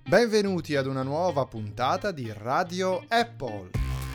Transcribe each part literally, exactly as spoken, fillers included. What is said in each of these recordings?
Benvenuti ad una nuova puntata di Radio Apple.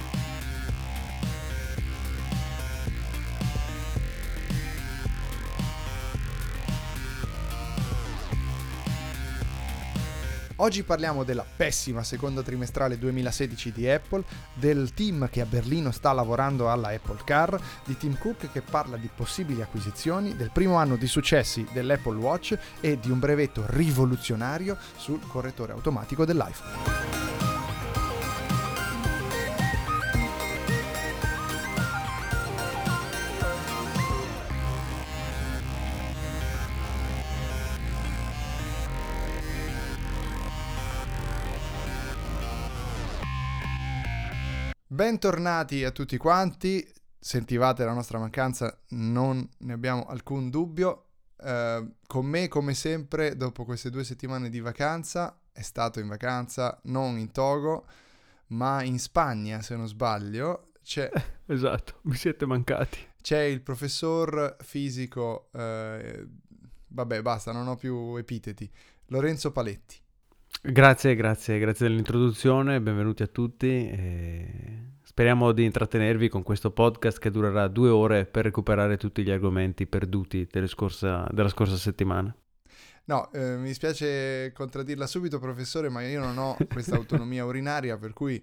Oggi parliamo della pessima seconda trimestrale duemilasedici di Apple, del team che a Berlino sta lavorando alla Apple Car, di Tim Cook che parla di possibili acquisizioni, del primo anno di successi dell'Apple Watch e di un brevetto rivoluzionario sul correttore automatico dell'iPhone. Bentornati a tutti quanti, sentivate la nostra mancanza, non ne abbiamo alcun dubbio. Eh, con me, come sempre, dopo queste due settimane di vacanza, è stato in vacanza non in Togo, ma in Spagna, se non sbaglio. C'è, esatto, mi siete mancati. C'è il professor fisico, eh, vabbè basta, non ho più epiteti, Lorenzo Paletti. Grazie, grazie, grazie dell'introduzione, benvenuti a tutti. E speriamo di intrattenervi con questo podcast che durerà due ore per recuperare tutti gli argomenti perduti delle scorsa, della scorsa settimana. No, eh, mi dispiace contraddirla subito, professore, ma io non ho questa autonomia urinaria, per cui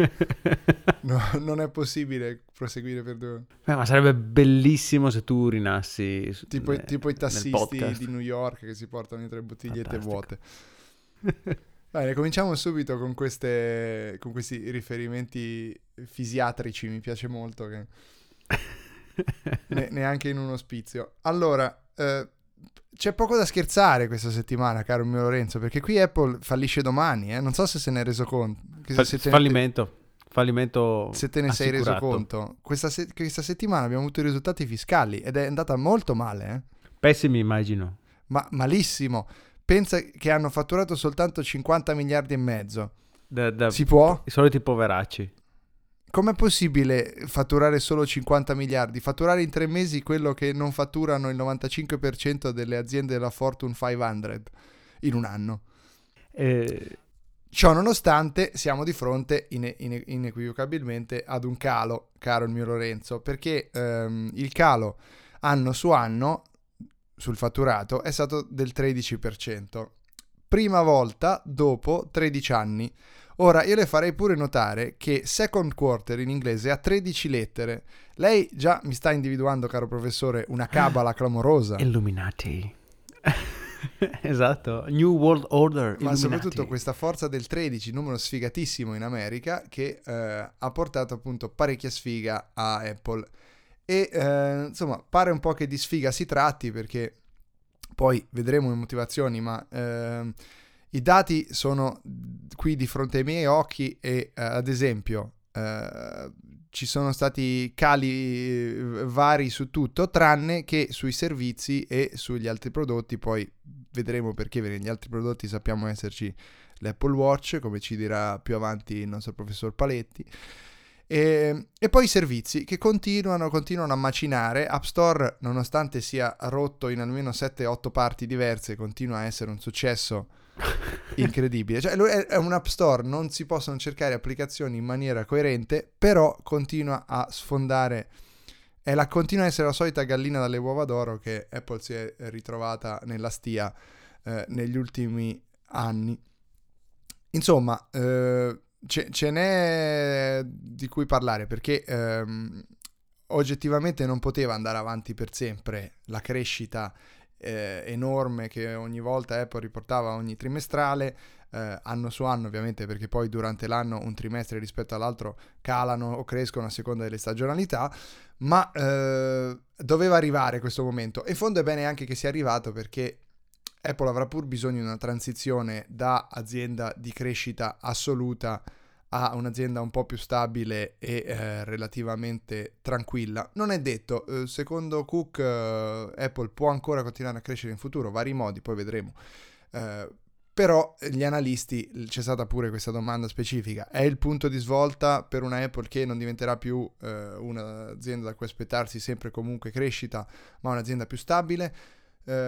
no, non è possibile proseguire per due ore. Eh, ma sarebbe bellissimo se tu urinassi su, tipo, ne, tipo i tassisti di New York che si portano dietro le bottigliette Fantastico. vuote. Bene, cominciamo subito con queste con questi riferimenti fisiatrici, mi piace molto che ne, neanche in un ospizio. Allora, eh, c'è poco da scherzare questa settimana, caro mio Lorenzo, perché qui Apple fallisce domani, eh? Non so se se ne è reso conto. Fa- se te fallimento, ne, fallimento se te ne sei reso conto. Questa, se- questa settimana abbiamo avuto i risultati fiscali ed è andata molto male, eh? Pessimi immagino. Ma malissimo. Pensa che hanno fatturato soltanto cinquanta miliardi e mezzo. Da, da Si può? I soliti poveracci. Com'è possibile fatturare solo cinquanta miliardi? Fatturare in tre mesi quello che non fatturano il novantacinque per cento delle aziende della Fortune cinquecento in un anno. Eh... Ciò nonostante siamo di fronte ine- ine- inequivocabilmente ad un calo, caro il mio Lorenzo, perché ehm, il calo anno su anno sul fatturato è stato del tredici per cento. Prima volta dopo tredici anni. Ora io le farei pure notare che second quarter in inglese ha tredici lettere. Lei già mi sta individuando, caro professore, una cabala clamorosa. Illuminati. Esatto, New World Order. Ma Illuminati. soprattutto questa forza del tredici, numero sfigatissimo in America, che eh, ha portato appunto parecchia sfiga a Apple. E eh, insomma pare un po' che di sfiga si tratti, perché poi vedremo le motivazioni, ma eh, i dati sono qui di fronte ai miei occhi e eh, ad esempio eh, ci sono stati cali vari su tutto tranne che sui servizi e sugli altri prodotti. Poi vedremo perché negli altri prodotti sappiamo esserci l'Apple Watch, come ci dirà più avanti il nostro professor Paletti. E, e poi i servizi che continuano, continuano a macinare. App Store, nonostante sia rotto in almeno sette otto parti diverse, continua a essere un successo incredibile. Cioè è un App Store, non si possono cercare applicazioni in maniera coerente, però continua a sfondare. È la, continua a essere la solita gallina dalle uova d'oro che Apple si è ritrovata nella stia eh, negli ultimi anni. Insomma, eh, Ce, ce n'è di cui parlare, perché ehm, oggettivamente non poteva andare avanti per sempre la crescita eh, enorme che ogni volta Apple riportava ogni trimestrale, eh, anno su anno ovviamente, perché poi durante l'anno un trimestre rispetto all'altro calano o crescono a seconda delle stagionalità, ma eh, doveva arrivare questo momento, e in fondo è bene anche che sia arrivato, perché Apple avrà pur bisogno di una transizione da azienda di crescita assoluta a un'azienda un po' più stabile e eh, relativamente tranquilla. Non è detto, eh, secondo Cook eh, Apple può ancora continuare a crescere in futuro, vari modi, poi vedremo. Eh, però gli analisti, c'è stata pure questa domanda specifica, è il punto di svolta per una Apple che non diventerà più eh, un'azienda da cui aspettarsi sempre comunque crescita, ma un'azienda più stabile? Eh,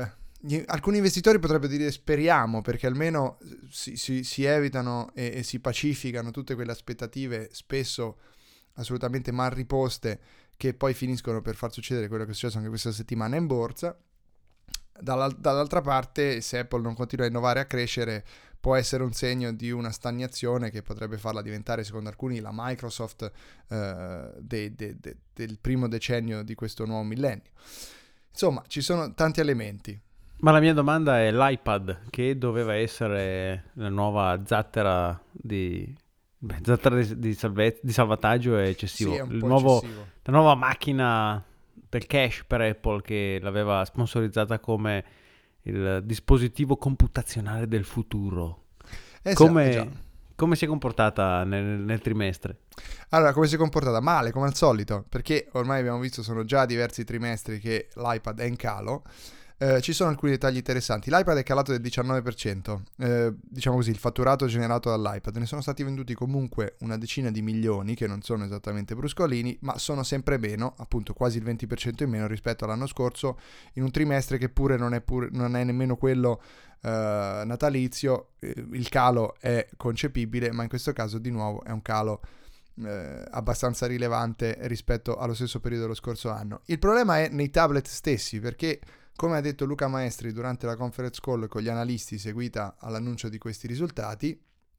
gli, alcuni investitori potrebbero dire speriamo, perché almeno si, si, si evitano e, e si pacificano tutte quelle aspettative spesso assolutamente mal riposte che poi finiscono per far succedere quello che è successo anche questa settimana in borsa. Dall'al- dall'altra parte, se Apple non continua a innovare e a crescere, può essere un segno di una stagnazione che potrebbe farla diventare, secondo alcuni, la Microsoft eh, de- de- de- del primo decennio di questo nuovo millennio. Insomma, ci sono tanti elementi. Ma la mia domanda è l'iPad, che doveva essere la nuova zattera di, beh, zattera di, di salve- di salvataggio è Sì, è eccessivo. un Il po' nuovo, eccessivo. la nuova macchina del cash per Apple che l'aveva sponsorizzata come il dispositivo computazionale del futuro. Eh già, eh già. Come, come si è comportata nel, nel trimestre? Allora, come si è comportata? Male, come al solito, perché ormai abbiamo visto, sono già diversi trimestri che l'iPad è in calo. Eh, ci sono alcuni dettagli interessanti. L'iPad è calato del diciannove per cento, eh, diciamo così, il fatturato generato dall'iPad. Ne sono stati venduti comunque una decina di milioni, che non sono esattamente bruscolini, ma sono sempre meno, appunto quasi il venti per cento in meno rispetto all'anno scorso, in un trimestre che pure non è, pure, non è nemmeno quello eh, natalizio. Eh, il calo è concepibile, ma in questo caso di nuovo è un calo Eh, abbastanza rilevante rispetto allo stesso periodo dello scorso anno. Il problema è nei tablet stessi, perché come ha detto Luca Maestri durante la conference call con gli analisti seguita all'annuncio di questi risultati,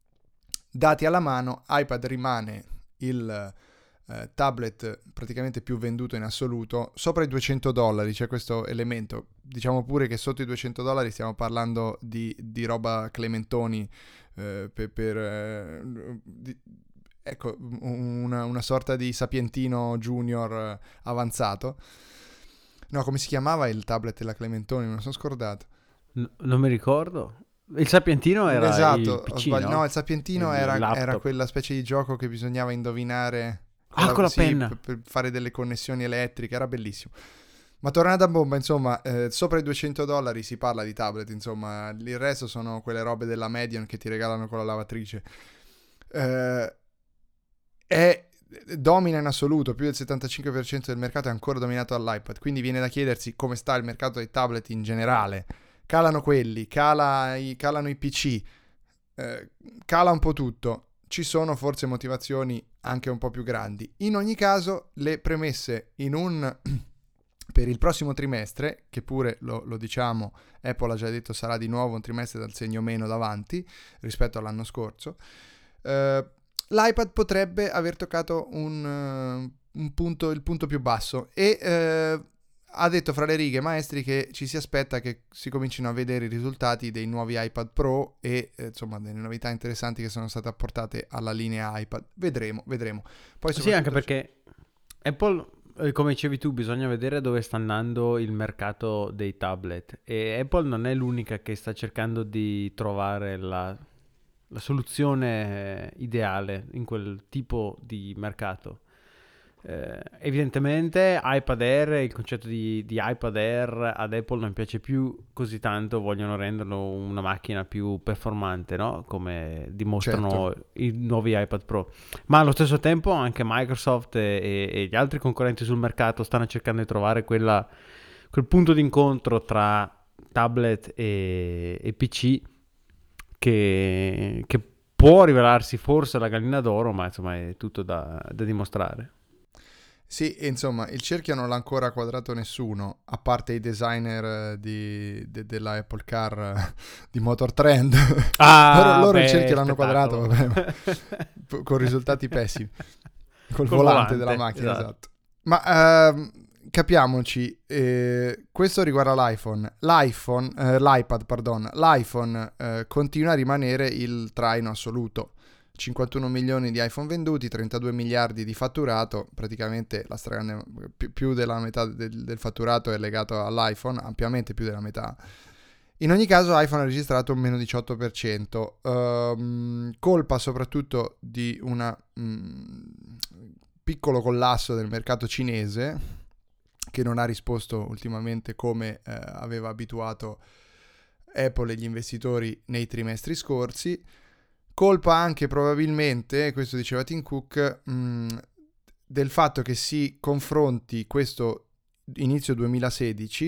dati alla mano, iPad rimane il eh, tablet praticamente più venduto in assoluto, sopra i duecento dollari. C'è questo elemento, diciamo pure che sotto i duecento dollari stiamo parlando di, di roba Clementoni eh, per, per eh, di, ecco, una, una sorta di Sapientino Junior avanzato. No, come si chiamava il tablet della Clementoni? Me lo sono scordato. N- non mi ricordo. Il Sapientino era il Esatto, ho P C, sbagliato. No, no? il Sapientino Il era, era laptop. quella specie di gioco che bisognava indovinare. Ah, Era, con la sì, penna. per, per fare delle connessioni elettriche, era bellissimo. Ma tornando a bomba, insomma, eh, sopra i duecento dollari si parla di tablet, insomma, il resto sono quelle robe della Medion che ti regalano con la lavatrice. Eh, è, domina in assoluto, più del settantacinque per cento del mercato è ancora dominato dall'iPad, quindi viene da chiedersi come sta il mercato dei tablet in generale. Calano quelli, cala i, calano i P C, eh, cala un po' tutto. Ci sono forse motivazioni anche un po' più grandi. In ogni caso, le premesse in un per il prossimo trimestre, che pure lo, lo diciamo, Apple ha già detto sarà di nuovo un trimestre dal segno meno davanti rispetto all'anno scorso, eh, l'iPad potrebbe aver toccato un, uh, un punto, il punto più basso e eh, ha detto fra le righe Maestri che ci si aspetta che si comincino a vedere i risultati dei nuovi iPad Pro e eh, insomma delle novità interessanti che sono state apportate alla linea iPad. Vedremo, vedremo. Poi Sì, anche soprattutto perché Apple, eh, come dicevi tu, bisogna vedere dove sta andando il mercato dei tablet e Apple non è l'unica che sta cercando di trovare la, la soluzione ideale in quel tipo di mercato. Eh, evidentemente iPad Air, il concetto di, di iPad Air ad Apple non piace più così tanto, vogliono renderlo una macchina più performante, no? Come dimostrano certo. i nuovi iPad Pro. Ma allo stesso tempo anche Microsoft e, e gli altri concorrenti sul mercato stanno cercando di trovare quella, quel punto d'incontro tra tablet e, e P C che, che può rivelarsi forse la gallina d'oro, ma insomma è tutto da, da dimostrare. Sì, insomma, il cerchio non l'ha ancora quadrato nessuno, a parte i designer di, de, della Apple Car eh, di Motor Trend. loro, Ah, loro il beh, cerchio l'hanno quadrato, spettacolo. vabbè, ma con risultati pessimi. Col Col volante della volante, macchina, esatto. esatto. Ma ehm, capiamoci, eh, questo riguarda l'iPhone. L'iPhone, eh, l'iPad, pardon, l'iPhone eh, continua a rimanere il traino assoluto. cinquantuno milioni di iPhone venduti, trentadue miliardi di fatturato, praticamente la stragrande, più, più della metà del, del fatturato è legato all'iPhone, ampiamente più della metà. In ogni caso iPhone ha registrato un meno diciotto per cento, um, colpa soprattutto di un um, piccolo collasso del mercato cinese che non ha risposto ultimamente come eh, aveva abituato Apple e gli investitori nei trimestri scorsi. Colpa anche probabilmente, questo diceva Tim Cook, mh, del fatto che si confronti questo inizio duemilasedici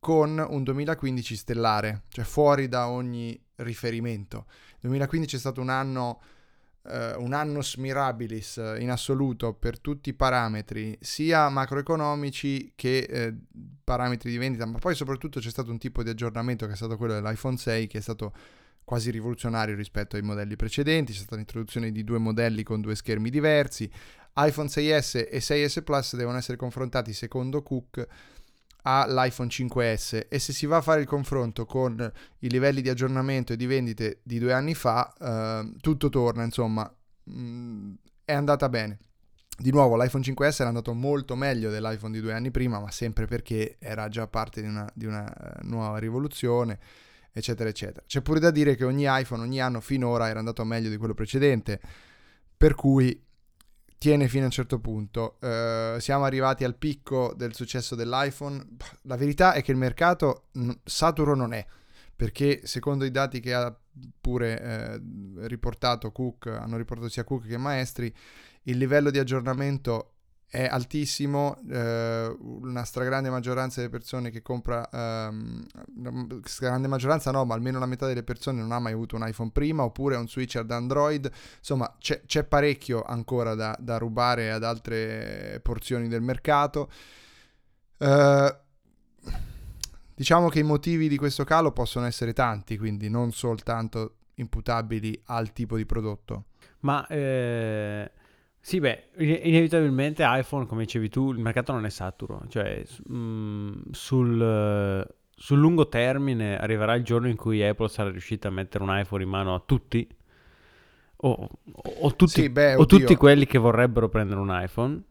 con un duemilaquindici stellare, cioè fuori da ogni riferimento. Il duemilaquindici è stato un anno, eh, un annus mirabilis in assoluto per tutti i parametri, sia macroeconomici che eh, parametri di vendita, ma poi soprattutto c'è stato un tipo di aggiornamento che è stato quello dell'iPhone sei, che è stato quasi rivoluzionario rispetto ai modelli precedenti. C'è stata l'introduzione di due modelli con due schermi diversi. iPhone sei esse e sei esse Plus devono essere confrontati, secondo Cook, all'iPhone cinque esse, e se si va a fare il confronto con i livelli di aggiornamento e di vendite di due anni fa, eh, tutto torna, insomma, mh, è andata bene. Di nuovo l'iPhone cinque esse era andato molto meglio dell'iPhone di due anni prima, ma sempre perché era già parte di una, di una nuova rivoluzione, eccetera eccetera. C'è pure da dire che ogni iPhone ogni anno finora era andato meglio di quello precedente, per cui tiene fino a un certo punto. Uh, siamo arrivati al picco del successo dell'iPhone. La verità è che il mercato n- saturo non è, perché secondo i dati che ha pure eh, riportato Cook, hanno riportato sia Cook che Maestri, il livello di aggiornamento è altissimo. Eh, una stragrande maggioranza delle persone che compra, ehm, stragrande maggioranza no, ma almeno la metà delle persone non ha mai avuto un iPhone prima, oppure è un switcher da Android. Insomma, c'è, c'è parecchio ancora da, da rubare ad altre porzioni del mercato. Eh, diciamo che i motivi di questo calo possono essere tanti, quindi non soltanto imputabili al tipo di prodotto. Ma eh... Sì, beh, inevitabilmente iPhone, come dicevi tu, il mercato non è saturo, cioè mh, sul, sul lungo termine arriverà il giorno in cui Apple sarà riuscita a mettere un iPhone in mano a tutti, o, o, tutti, Sì, beh, o tutti oddio. quelli che vorrebbero prendere un iPhone,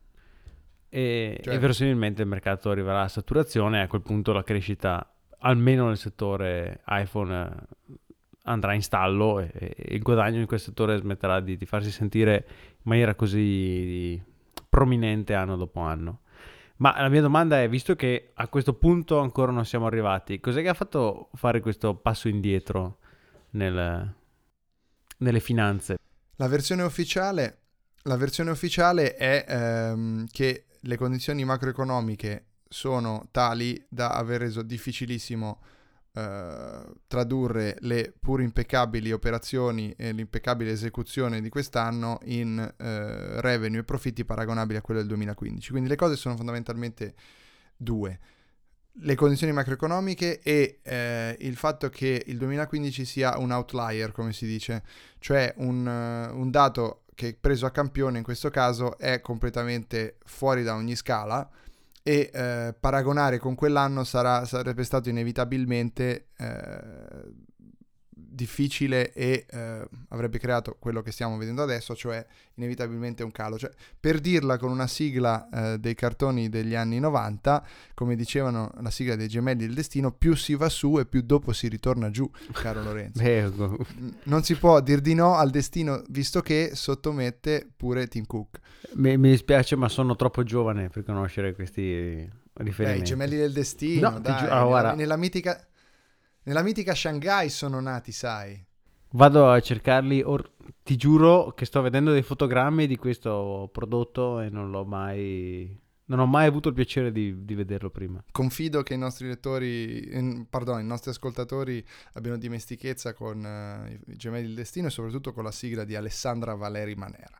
e, Certo. e verosimilmente il mercato arriverà a saturazione, e a quel punto la crescita, almeno nel settore iPhone, andrà in stallo, e, e il guadagno in quel settore smetterà di, di farsi sentire in maniera così prominente anno dopo anno. Ma la mia domanda è, visto che a questo punto ancora non siamo arrivati, cos'è che ha fatto fare questo passo indietro nel, nelle finanze? La versione ufficiale, la versione ufficiale è ehm, che le condizioni macroeconomiche sono tali da aver reso difficilissimo eh, tradurre le pur impeccabili operazioni e l'impeccabile esecuzione di quest'anno in eh, revenue e profitti paragonabili a quello del duemilaquindici. Quindi le cose sono fondamentalmente due: le condizioni macroeconomiche e eh, il fatto che il duemilaquindici sia un outlier, come si dice, cioè un, uh, un dato che, preso a campione in questo caso, è completamente fuori da ogni scala, e eh, paragonare con quell'anno sarà, sarebbe stato inevitabilmente eh, difficile, e eh, avrebbe creato quello che stiamo vedendo adesso, cioè inevitabilmente un calo. Cioè, per dirla con una sigla eh, dei cartoni degli anni novanta, come dicevano, la sigla dei Gemelli del Destino: più si va su e più dopo si ritorna giù, caro Lorenzo. Beh, non si può dir di no al destino, visto che sottomette pure Tim Cook. mi, mi dispiace, ma sono troppo giovane per conoscere questi riferimenti. Beh, i Gemelli del Destino, no, dai, gi- nella, allora, nella mitica... Nella mitica Shanghai sono nati, sai. Vado a cercarli, or- ti giuro che sto vedendo dei fotogrammi di questo prodotto e non l'ho mai... non ho mai avuto il piacere di, di vederlo prima. Confido che i nostri lettori, eh, pardon, i nostri ascoltatori abbiano dimestichezza con eh, i Gemelli del Destino, e soprattutto con la sigla di Alessandra Valeri Manera.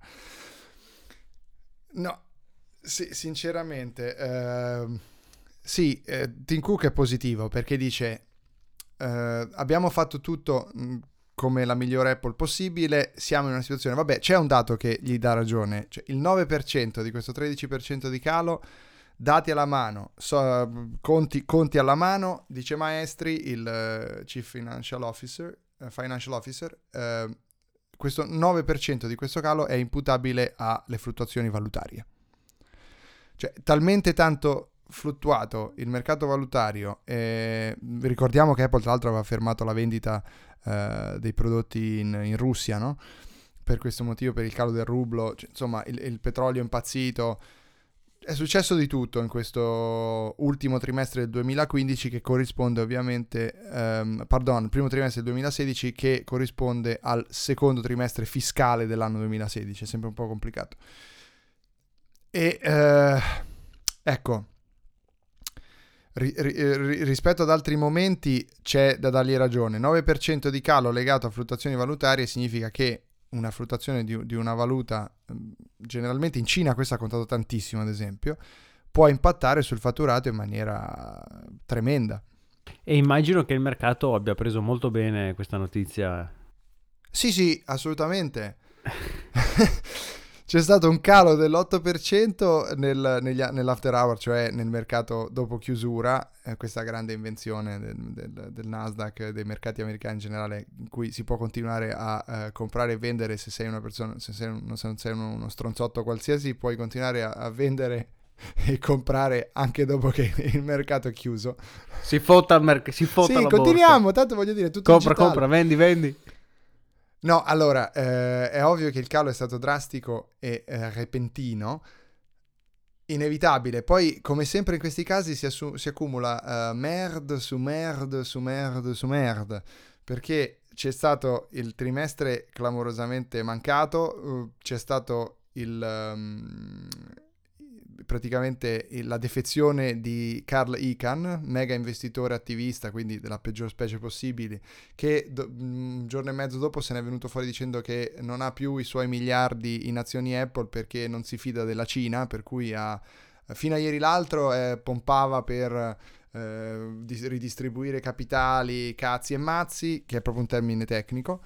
No, sì, sinceramente, eh, sì, eh, Tim Cook è positivo perché dice... Uh, abbiamo fatto tutto mh, come la migliore Apple possibile, siamo in una situazione, vabbè, c'è un dato che gli dà ragione, cioè il nove per cento di questo tredici per cento di calo, dati alla mano, so, conti, conti alla mano, dice Maestri, il uh, Chief Financial Officer, uh, Financial Officer, uh, questo nove per cento di questo calo è imputabile alle fluttuazioni valutarie. Cioè, talmente tanto fluttuato il mercato valutario. Eh, ricordiamo che Apple tra l'altro aveva fermato la vendita eh, dei prodotti in, in Russia, no? Per questo motivo, per il calo del rublo, cioè, insomma il, il petrolio è impazzito. È successo di tutto in questo ultimo trimestre del duemilaquindici, che corrisponde ovviamente ehm, pardon, il primo trimestre del duemilasedici, che corrisponde al secondo trimestre fiscale dell'anno duemilasedici. È sempre un po' complicato. E eh, ecco, ri, ri, rispetto ad altri momenti c'è da dargli ragione. nove per cento di calo legato a fluttuazioni valutarie significa che una fluttuazione di, di una valuta, generalmente in Cina questo ha contato tantissimo ad esempio, può impattare sul fatturato in maniera tremenda. E immagino che il mercato abbia preso molto bene questa notizia. Sì, sì, assolutamente. C'è stato un calo dell'otto per cento nel, negli, nell'after hour, cioè nel mercato dopo chiusura, eh, questa grande invenzione del, del, del Nasdaq, dei mercati americani in generale, in cui si può continuare a eh, comprare e vendere. Se sei una persona, se, sei un, se non sei uno, uno stronzotto qualsiasi, puoi continuare a, a vendere e comprare anche dopo che il mercato è chiuso. Si fotta il mercato, si fotta sì, la continuiamo, borsa. Tanto voglio dire, tutto compra, digitale. compra, vendi, vendi. No, allora, eh, è ovvio che il calo è stato drastico e eh, repentino, inevitabile. Poi, come sempre in questi casi, si, assu- si accumula uh, merde su merde su merde su merde, perché c'è stato il trimestre clamorosamente mancato, uh, c'è stato il... Um, praticamente la defezione di Carl Icahn, mega investitore attivista, quindi della peggior specie possibile, che do, un giorno e mezzo dopo se ne è venuto fuori dicendo che non ha più i suoi miliardi in azioni Apple perché non si fida della Cina, per cui ha, fino a ieri l'altro eh, pompava per eh, ridistribuire capitali, cazzi e mazzi, che è proprio un termine tecnico.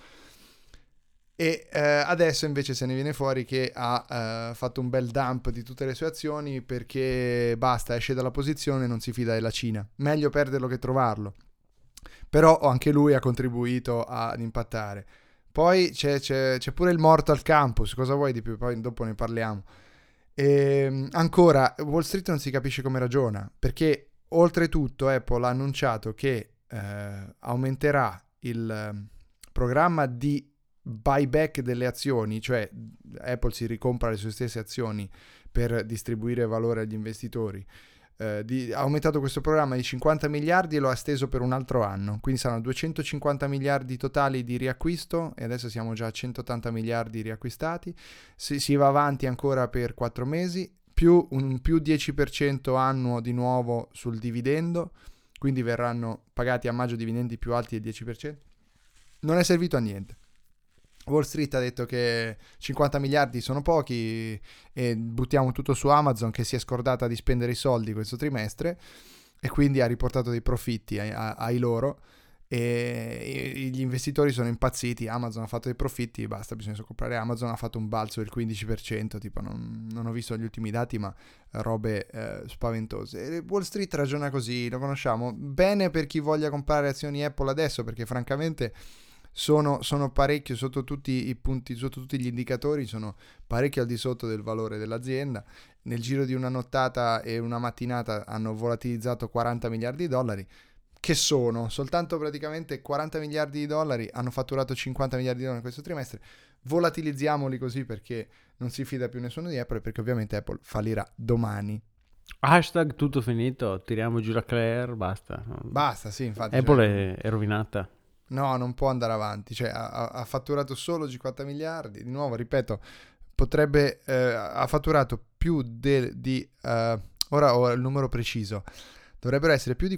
E eh, adesso invece se ne viene fuori che ha eh, fatto un bel dump di tutte le sue azioni perché basta, esce dalla posizione e non si fida della Cina. Meglio perderlo che trovarlo. Però anche lui ha contribuito ad impattare. Poi c'è, c'è, c'è pure il Mortal Campus, cosa vuoi di più? Poi dopo ne parliamo. E, ancora, Wall Street non si capisce come ragiona, perché oltretutto Apple ha annunciato che eh, aumenterà il eh, programma di buyback delle azioni, cioè Apple si ricompra le sue stesse azioni per distribuire valore agli investitori. Eh, di, ha aumentato questo programma di cinquanta miliardi e lo ha esteso per un altro anno, quindi saranno duecentocinquanta miliardi totali di riacquisto e adesso siamo già a centottanta miliardi riacquistati. Si, si va avanti ancora per quattro mesi, più un più dieci per cento annuo di nuovo sul dividendo, quindi verranno pagati a maggio dividendi più alti del dieci per cento. Non è servito a niente. Wall Street ha detto che cinquanta miliardi sono pochi e buttiamo tutto su Amazon, che si è scordata di spendere i soldi questo trimestre e quindi ha riportato dei profitti ai, ai loro e gli investitori sono impazziti. Amazon ha fatto dei profitti, basta, bisogna comprare Amazon. Ha fatto un balzo del quindici per cento, tipo non, non ho visto gli ultimi dati, ma robe eh, spaventose. E Wall Street ragiona così, lo conosciamo bene per chi voglia comprare azioni Apple adesso, perché francamente Sono, sono parecchio sotto tutti i punti, sotto tutti gli indicatori, sono parecchio al di sotto del valore dell'azienda. Nel giro di una nottata e una mattinata hanno volatilizzato quaranta miliardi di dollari, che sono soltanto praticamente quaranta miliardi di dollari, hanno fatturato cinquanta miliardi di dollari in questo trimestre. Volatilizziamoli così perché non si fida più nessuno di Apple, perché ovviamente Apple fallirà domani. Hashtag tutto finito, tiriamo giù la Claire, basta. Basta, sì, infatti. Apple cioè... è, è rovinata. No, non può andare avanti, cioè ha, ha fatturato solo cinquanta miliardi, di nuovo, ripeto, potrebbe, eh, ha fatturato più de, di, uh, ora ho il numero preciso, dovrebbero essere più di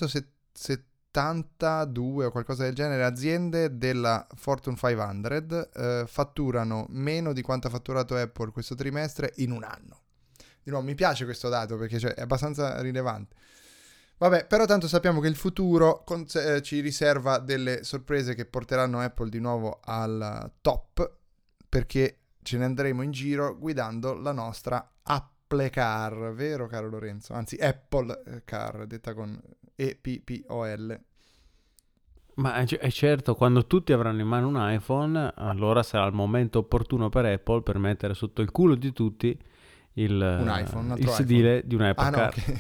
quattrocentosettantadue o qualcosa del genere aziende della Fortune cinquecento, eh, fatturano meno di quanto ha fatturato Apple questo trimestre in un anno. Di nuovo, mi piace questo dato perché cioè, è abbastanza rilevante. Vabbè, però tanto sappiamo che il futuro con- eh, ci riserva delle sorprese che porteranno Apple di nuovo al top, perché ce ne andremo in giro guidando la nostra Apple Car, vero caro Lorenzo? Anzi, Apple Car, detta con E P P O L. Ma è, è certo, quando tutti avranno in mano un iPhone, allora sarà il momento opportuno per Apple per mettere sotto il culo di tutti il, un iPhone, un altro il sedile iPhone. di un Apple ah, no, Car. Okay.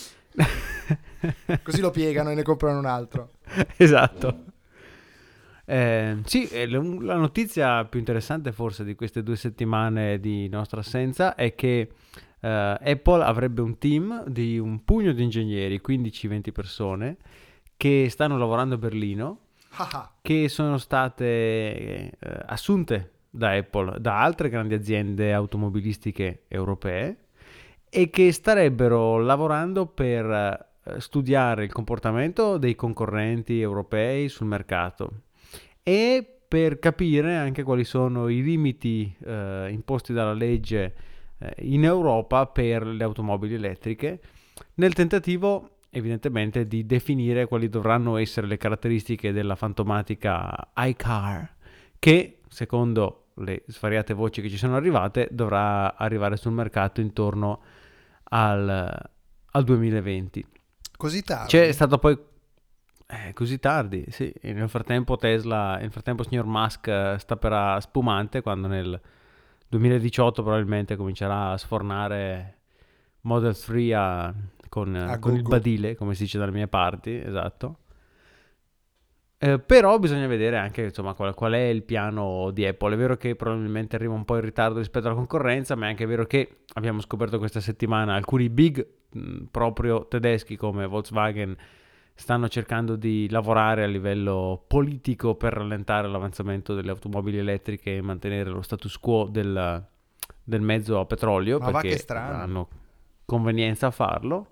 Così lo piegano e ne comprano un altro. Esatto. Eh, sì, la notizia più interessante forse di queste due settimane di nostra assenza è che eh, Apple avrebbe un team di un pugno di ingegneri, quindici venti persone, che stanno lavorando a Berlino, che sono state eh, assunte da Apple, da altre grandi aziende automobilistiche europee, e che starebbero lavorando per eh, studiare il comportamento dei concorrenti europei sul mercato e per capire anche quali sono i limiti eh, imposti dalla legge eh, in Europa per le automobili elettriche, nel tentativo evidentemente di definire quali dovranno essere le caratteristiche della fantomatica iCar, che secondo le svariate voci che ci sono arrivate dovrà arrivare sul mercato intorno al, al duemilaventi. Così tardi? C'è stato poi eh, così tardi, sì. E nel frattempo Tesla, nel frattempo il signor Musk eh, sta per spumante, quando nel duemiladiciotto probabilmente comincerà a sfornare Model tre a- con, A con il go-go. badile, come si dice dalle mie parti, esatto. Eh, però bisogna vedere anche insomma qual, qual è il piano di Apple. È vero che probabilmente arriva un po' in ritardo rispetto alla concorrenza, ma è anche vero che abbiamo scoperto questa settimana alcuni big mh, proprio tedeschi come Volkswagen stanno cercando di lavorare a livello politico per rallentare l'avanzamento delle automobili elettriche e mantenere lo status quo del, del mezzo a petrolio, Ma va che perché strano. hanno convenienza a farlo.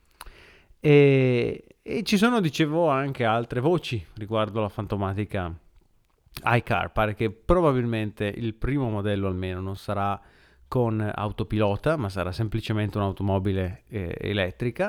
E, e ci sono, dicevo, anche altre voci riguardo la fantomatica iCar. Pare che probabilmente il primo modello almeno non sarà con autopilota, ma sarà semplicemente un'automobile eh, elettrica.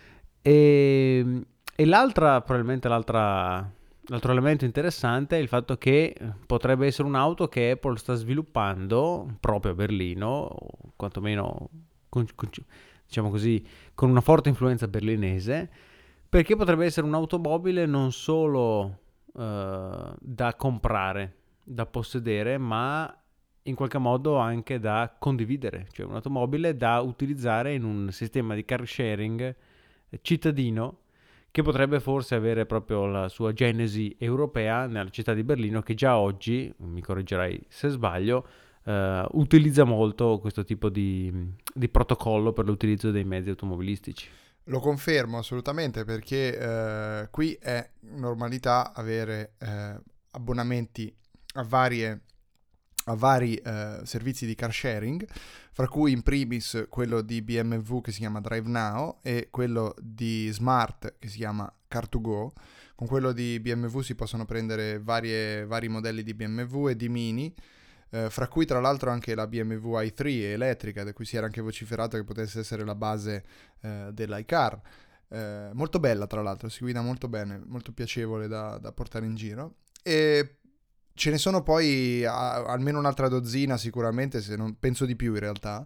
E, e l'altra, probabilmente l'altra, l'altro elemento interessante è il fatto che potrebbe essere un'auto che Apple sta sviluppando proprio a Berlino, o quantomeno con, con, diciamo così, con una forte influenza berlinese, perché potrebbe essere un'automobile non solo uh, da comprare, da possedere, ma in qualche modo anche da condividere, cioè un'automobile da utilizzare in un sistema di car sharing cittadino che potrebbe forse avere proprio la sua genesi europea nella città di Berlino, che già oggi, mi correggerai se sbaglio, Uh, utilizza molto questo tipo di, di protocollo per l'utilizzo dei mezzi automobilistici. Lo confermo assolutamente, perché eh, qui è normalità avere eh, abbonamenti a, varie, a vari eh, servizi di car sharing, fra cui in primis quello di B M W che si chiama Drive Now e quello di Smart che si chiama car to go. Con quello di B M W si possono prendere varie, vari modelli di B M W e di Mini, Uh, fra cui tra l'altro anche la B M W i tre elettrica, da cui si era anche vociferato che potesse essere la base uh, dell'iCar. Uh, molto bella tra l'altro, si guida molto bene, molto piacevole da, da portare in giro. E ce ne sono poi a, almeno un'altra dozzina sicuramente, se non penso di più in realtà.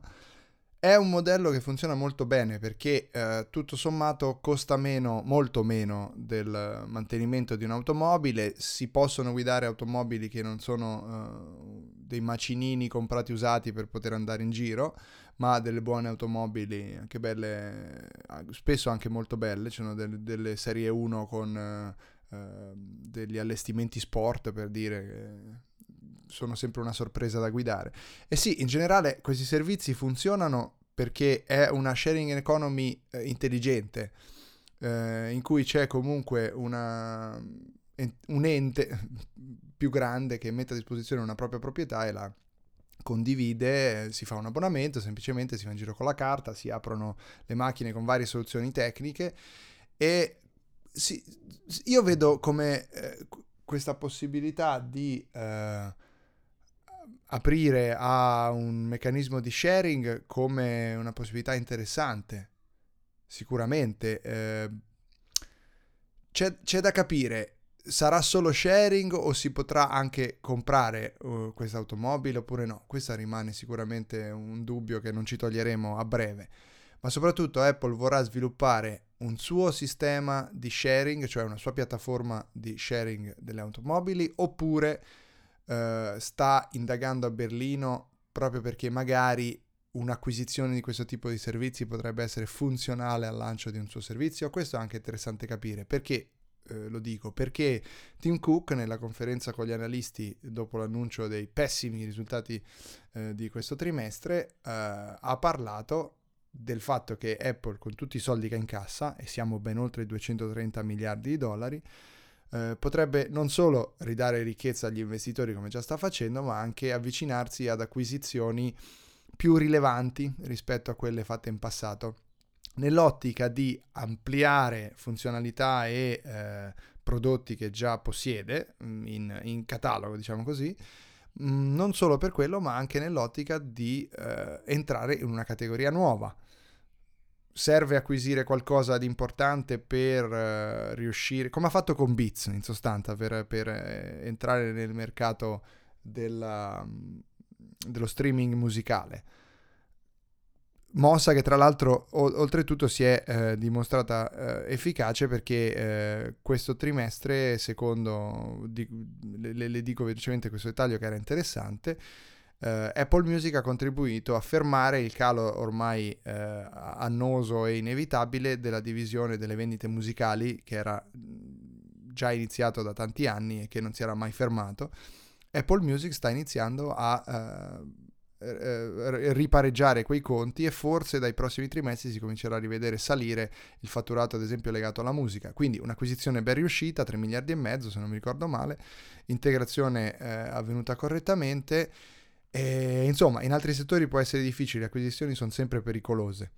È un modello che funziona molto bene perché eh, tutto sommato costa meno, molto meno del mantenimento di un'automobile. Si possono guidare automobili che non sono eh, dei macinini comprati usati per poter andare in giro, ma delle buone automobili, anche belle, spesso anche molto belle. Ci sono delle, delle serie uno con eh, degli allestimenti sport, per dire, che sono sempre una sorpresa da guidare. E sì, in generale questi servizi funzionano perché è una sharing economy eh, intelligente, eh, in cui c'è comunque una, un ente più grande che mette a disposizione una propria proprietà e la condivide, si fa un abbonamento, semplicemente si va in giro con la carta, si aprono le macchine con varie soluzioni tecniche e si, io vedo come eh, questa possibilità di eh, aprire a un meccanismo di sharing come una possibilità interessante, sicuramente. Eh, c'è, c'è da capire, sarà solo sharing o si potrà anche comprare uh, questa automobile oppure no? Questo rimane sicuramente un dubbio che non ci toglieremo a breve. Ma soprattutto Apple vorrà sviluppare un suo sistema di sharing, cioè una sua piattaforma di sharing delle automobili, oppure Uh, sta indagando a Berlino proprio perché magari un'acquisizione di questo tipo di servizi potrebbe essere funzionale al lancio di un suo servizio. Questo è anche interessante capire. Perché uh, lo dico? Perché Tim Cook nella conferenza con gli analisti dopo l'annuncio dei pessimi risultati uh, di questo trimestre uh, ha parlato del fatto che Apple, con tutti i soldi che ha in cassa, e siamo ben oltre i duecentotrenta miliardi di dollari, Eh, potrebbe non solo ridare ricchezza agli investitori come già sta facendo, ma anche avvicinarsi ad acquisizioni più rilevanti rispetto a quelle fatte in passato. nell'ottica di ampliare funzionalità e eh, prodotti che già possiede in, in catalogo, diciamo così, mh, non solo per quello, ma anche nell'ottica di eh, entrare in una categoria nuova. Serve acquisire qualcosa di importante per uh, riuscire, come ha fatto con Beats in sostanza, per, per eh, entrare nel mercato della, dello streaming musicale. Mossa che tra l'altro o- oltretutto si è eh, dimostrata eh, efficace, perché eh, questo trimestre, secondo, di, le, le dico velocemente questo dettaglio che era interessante, Uh, Apple Music ha contribuito a fermare il calo ormai uh, annoso e inevitabile della divisione delle vendite musicali, che era già iniziato da tanti anni e che non si era mai fermato. Apple Music sta iniziando a uh, ripareggiare quei conti, e forse dai prossimi trimestri si comincerà a rivedere salire il fatturato, ad esempio legato alla musica. Quindi un'acquisizione ben riuscita, tre miliardi e mezzo se non mi ricordo male, integrazione uh, avvenuta correttamente. E, insomma, in altri settori può essere difficile, le acquisizioni sono sempre pericolose.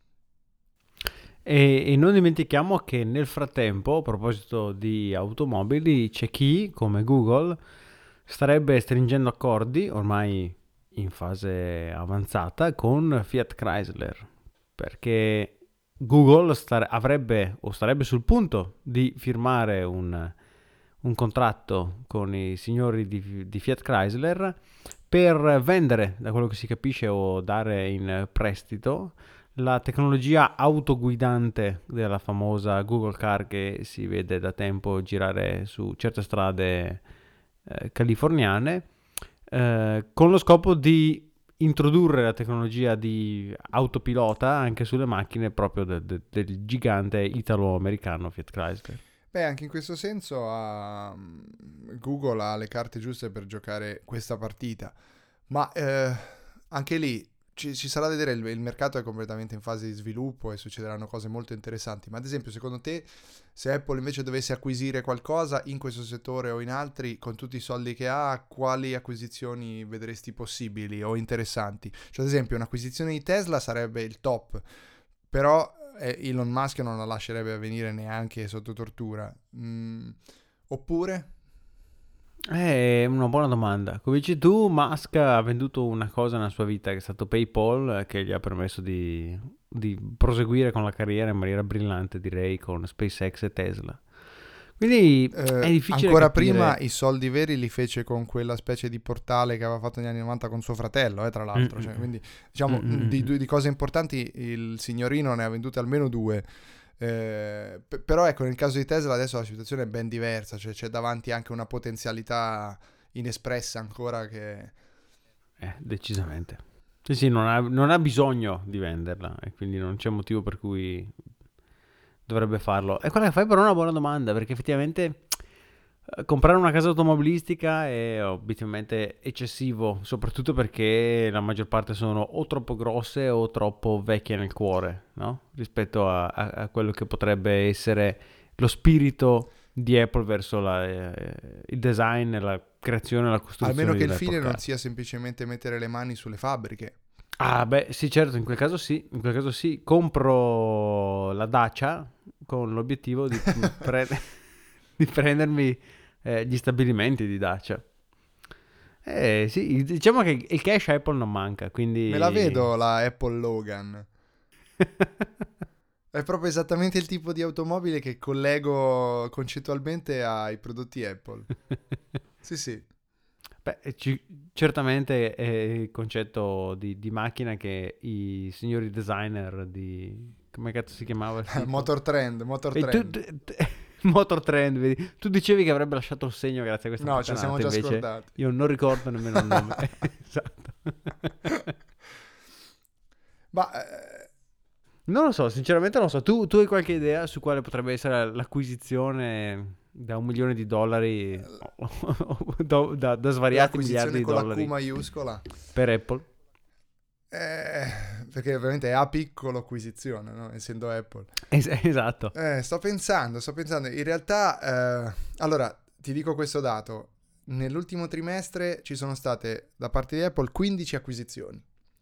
E, e non dimentichiamo che nel frattempo, a proposito di automobili, c'è chi, come Google, starebbe stringendo accordi, ormai in fase avanzata, con Fiat Chrysler, perché Google star- avrebbe o starebbe sul punto di firmare un, un contratto con i signori di, di Fiat Chrysler per vendere, da quello che si capisce, o dare in prestito la tecnologia autoguidante della famosa Google Car, che si vede da tempo girare su certe strade eh, californiane, eh, con lo scopo di introdurre la tecnologia di autopilota anche sulle macchine proprio de- de- del gigante italo-americano Fiat Chrysler. Beh, anche in questo senso uh, Google ha le carte giuste per giocare questa partita, ma eh, anche lì ci, ci sarà da vedere, il, il mercato è completamente in fase di sviluppo e succederanno cose molto interessanti. Ma ad esempio, secondo te, se Apple invece dovesse acquisire qualcosa in questo settore o in altri, con tutti i soldi che ha, quali acquisizioni vedresti possibili o interessanti? Cioè, ad esempio, un'acquisizione di Tesla sarebbe il top, però Elon Musk non la lascerebbe avvenire neanche sotto tortura. Mm, oppure? È una buona domanda. Come dici tu, Musk ha venduto una cosa nella sua vita, che è stato PayPal, che gli ha permesso di, di proseguire con la carriera in maniera brillante, direi, con SpaceX e Tesla. Quindi Eh, è difficile ancora capire. prima i soldi veri li fece con quella specie di portale che aveva fatto negli anni novanta con suo fratello, eh, tra l'altro. Cioè, quindi, diciamo, Mm-mm. di, di cose importanti il signorino ne ha vendute almeno due. Eh, p- però ecco, nel caso di Tesla adesso la situazione è ben diversa, cioè c'è davanti anche una potenzialità inespressa ancora che... Eh, decisamente. Sì, sì, non ha, non ha bisogno di venderla, e quindi non c'è motivo per cui dovrebbe farlo. E quella che fai però è una buona domanda, perché effettivamente eh, comprare una casa automobilistica è obiettivamente eccessivo, soprattutto perché la maggior parte sono o troppo grosse o troppo vecchie nel cuore, no? Rispetto a, a- a quello che potrebbe essere lo spirito di Apple verso la, eh, il design, la creazione e la Almeno costruzione che di il un Apple fine non Car. sia semplicemente mettere le mani sulle fabbriche. Ah, beh, sì, certo, in quel caso sì, in quel caso sì, compro la Dacia con l'obiettivo di, pre- di prendermi eh, gli stabilimenti di Dacia. Eh sì, diciamo che il cash Apple non manca, Me la quindi... vedo la Apple Logan. È proprio esattamente il tipo di automobile che collego concettualmente ai prodotti Apple. Sì, sì. Beh, ci- certamente è il concetto di, di macchina che i signori designer di... come cazzo si chiamava il sito? Motor Trend, Motor E tu, Trend. tu- tu- Motor Trend, vedi? Tu dicevi che avrebbe lasciato il segno grazie a questa No, ce lo siamo puttanata, già invece scordati. io non ricordo nemmeno il nome. Esatto. Ma eh, Non lo so, sinceramente non lo so. Tu, tu hai qualche idea su quale potrebbe essere l'acquisizione da un milione di dollari, o da, da- da svariati miliardi l'acquisizione di con la Q dollari maiuscola, per Apple? eh, perché ovviamente è A piccolo acquisizione, no? Essendo Apple. Es- esatto. Eh, sto pensando, sto pensando. In realtà, eh, allora, ti dico questo dato. Nell'ultimo trimestre ci sono state da parte di Apple quindici acquisizioni.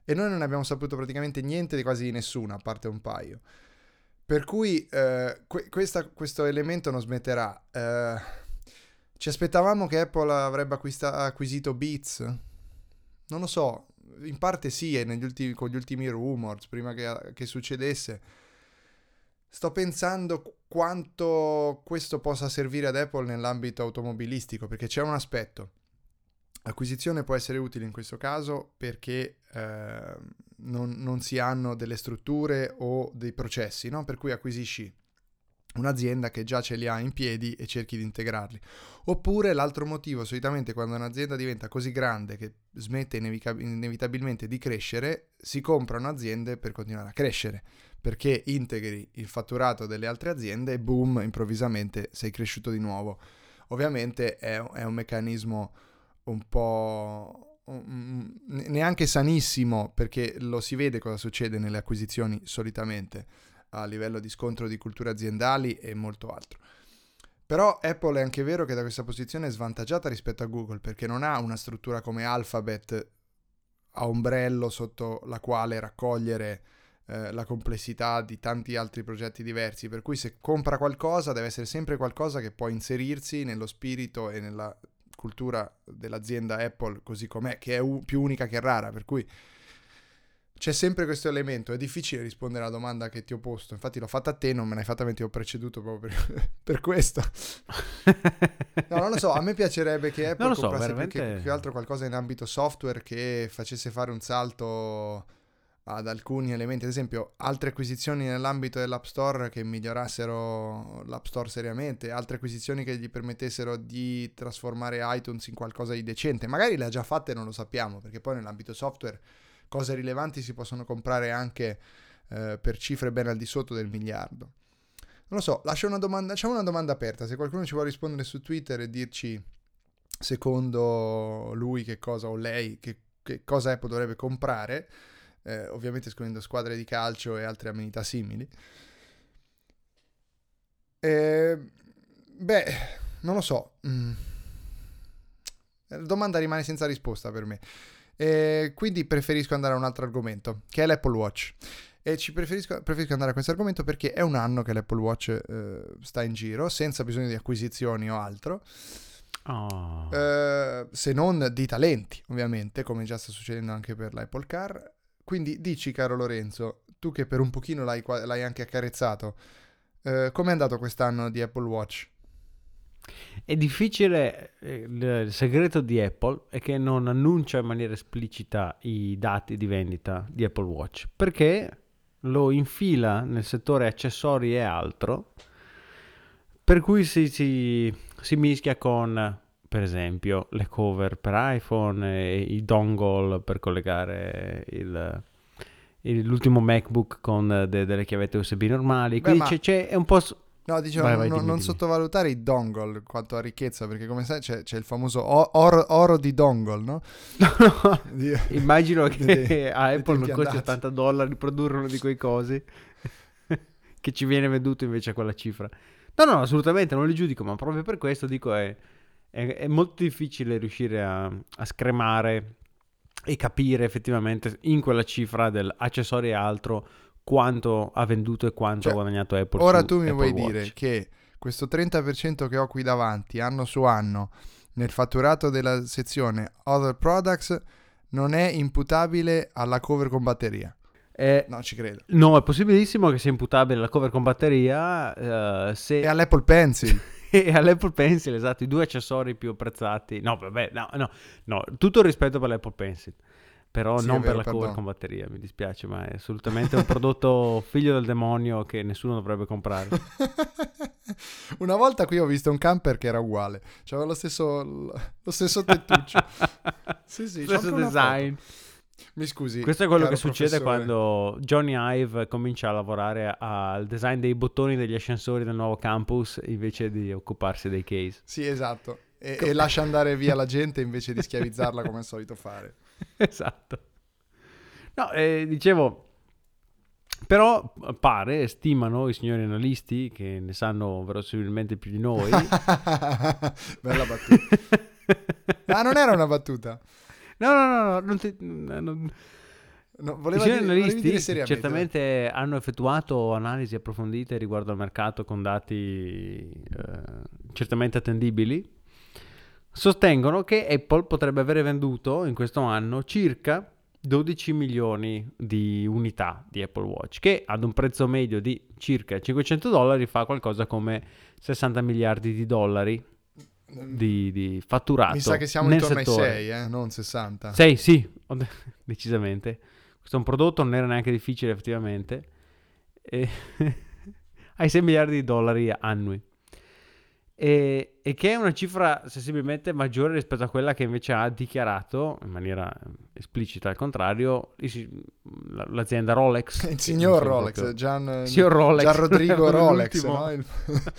e noi non abbiamo saputo praticamente niente di quasi di nessuno, a parte un paio. Per cui eh, que- questa, questo elemento non smetterà. Eh, ci aspettavamo che Apple avrebbe acquista- acquisito Beats? Non lo so, in parte sì, e negli ultimi, con gli ultimi rumors, prima che, che succedesse. Sto pensando quanto questo possa servire ad Apple nell'ambito automobilistico, perché c'è un aspetto. L'acquisizione può essere utile in questo caso perché eh, non, non si hanno delle strutture o dei processi, no? Per cui acquisisci un'azienda che già ce li ha in piedi e cerchi di integrarli. Oppure l'altro motivo, solitamente quando un'azienda diventa così grande che smette inevitab- inevitabilmente di crescere, si comprano aziende per continuare a crescere, perché integri il fatturato delle altre aziende e boom, improvvisamente sei cresciuto di nuovo. Ovviamente è, è un meccanismo un po' um, neanche sanissimo, perché lo si vede cosa succede nelle acquisizioni solitamente a livello di scontro di culture aziendali e molto altro. Però Apple è anche vero che da questa posizione è svantaggiata rispetto a Google, perché non ha una struttura come Alphabet a ombrello sotto la quale raccogliere eh, la complessità di tanti altri progetti diversi, per cui se compra qualcosa deve essere sempre qualcosa che può inserirsi nello spirito e nella cultura dell'azienda Apple così com'è, che è u- più unica che rara, per cui c'è sempre questo elemento. È difficile rispondere alla domanda che ti ho posto, infatti l'ho fatta a te, non me l'hai fatta mentre ti ho preceduto proprio per, per questo. No, non lo so, a me piacerebbe che Apple Non lo so, comprasse veramente... più che, più che altro qualcosa in ambito software che facesse fare un salto ad alcuni elementi, ad esempio altre acquisizioni nell'ambito dell'App Store che migliorassero l'App Store seriamente, altre acquisizioni che gli permettessero di trasformare iTunes in qualcosa di decente. Magari le ha già fatte e non lo sappiamo, perché poi nell'ambito software cose rilevanti si possono comprare anche eh, per cifre ben al di sotto del miliardo. Non lo so, lascio una domanda, facciamo una domanda aperta, se qualcuno ci vuole rispondere su Twitter e dirci secondo lui che cosa, o lei, che, che cosa Apple dovrebbe comprare, eh, ovviamente escludendo squadre di calcio e altre amenità simili. Eh, beh, non lo so. Mm. La domanda rimane senza risposta per me. Eh, quindi preferisco andare a un altro argomento, che è l'Apple Watch. E ci preferisco, preferisco andare a questo argomento perché è un anno che l'Apple Watch eh, sta in giro, senza bisogno di acquisizioni o altro. Oh. Eh, se non di talenti, ovviamente, come già sta succedendo anche per l'Apple Car. Quindi dici, caro Lorenzo, tu che per un pochino l'hai, l'hai anche accarezzato, eh, com'è andato quest'anno di Apple Watch? È difficile, eh, il segreto di Apple è che non annuncia in maniera esplicita i dati di vendita di Apple Watch, perché lo infila nel settore accessori e altro, per cui si, si, si mischia con, per esempio, le cover per iPhone e i dongle per collegare il, il- l'ultimo MacBook con de- delle chiavette U S B normali. Beh, Quindi ma c'è, c'è- è un po'... s- no, dicevo, Vai, non, vai, non- dimmi, non dimmi. sottovalutare i dongle quanto a ricchezza, perché come sai c'è, c'è il famoso o- oro, oro di dongle, no? Di- Immagino dei- che a dei Apple non tempi costi andati. ottanta dollari produrre uno di quei cosi che ci viene venduto invece a quella cifra. No, no, assolutamente non li giudico, ma proprio per questo dico è, è, è molto difficile riuscire a, a scremare e capire effettivamente in quella cifra dell'accessorio e altro quanto ha venduto e quanto ha Cioè, guadagnato Apple ora su tu mi Apple vuoi dire Watch. che questo trenta per cento che ho qui davanti, anno su anno, nel fatturato della sezione Other Products, non è imputabile alla cover con batteria. Eh, No, ci credo. no, è possibilissimo che sia imputabile la cover con batteria eh, se... E all'Apple Pencil. E all'Apple Pencil, esatto, i due accessori più apprezzati. No, vabbè, no, no, no, tutto il rispetto per l'Apple Pencil, però Sì, è non per vero, la cover perdono. con batteria, mi dispiace, ma è assolutamente un prodotto figlio del demonio che nessuno dovrebbe comprare. Una volta qui ho visto un camper che era uguale, c'aveva lo stesso, lo stesso tettuccio. Sì, sì, c'è Stesso anche una design. foto. Mi scusi, Questo è quello caro che succede professore. quando Johnny Ive comincia a lavorare al design dei bottoni degli ascensori del nuovo campus invece di occuparsi dei case. Sì, esatto. E, e lascia andare via la gente invece di schiavizzarla come al solito fare. Esatto. No, eh, dicevo, però pare, stimano i signori analisti, che ne sanno verosimilmente più di noi. Bella battuta. Ah, non era una battuta. No, no, no, no, non ti- non- No, I voleva signori dire, volevi dire analisti seriamente. certamente hanno effettuato analisi approfondite riguardo al mercato con dati eh, certamente attendibili. Sostengono che Apple potrebbe avere venduto in questo anno circa dodici milioni di unità di Apple Watch, che ad un prezzo medio di circa cinquecento dollari fa qualcosa come sessanta miliardi di dollari di, di fatturato Mi sa che siamo nel intorno settore. ai sei, eh, non sessanta. sei, sì, decisamente. Questo è un prodotto, non era neanche difficile effettivamente. E ai sei miliardi di dollari annui. E, e che è una cifra sensibilmente maggiore rispetto a quella che invece ha dichiarato in maniera esplicita al contrario l'azienda Rolex, Il signor Rolex, proprio... Gian, signor Rolex, Gian Rodrigo Rolex, l'ultimo... no? Il...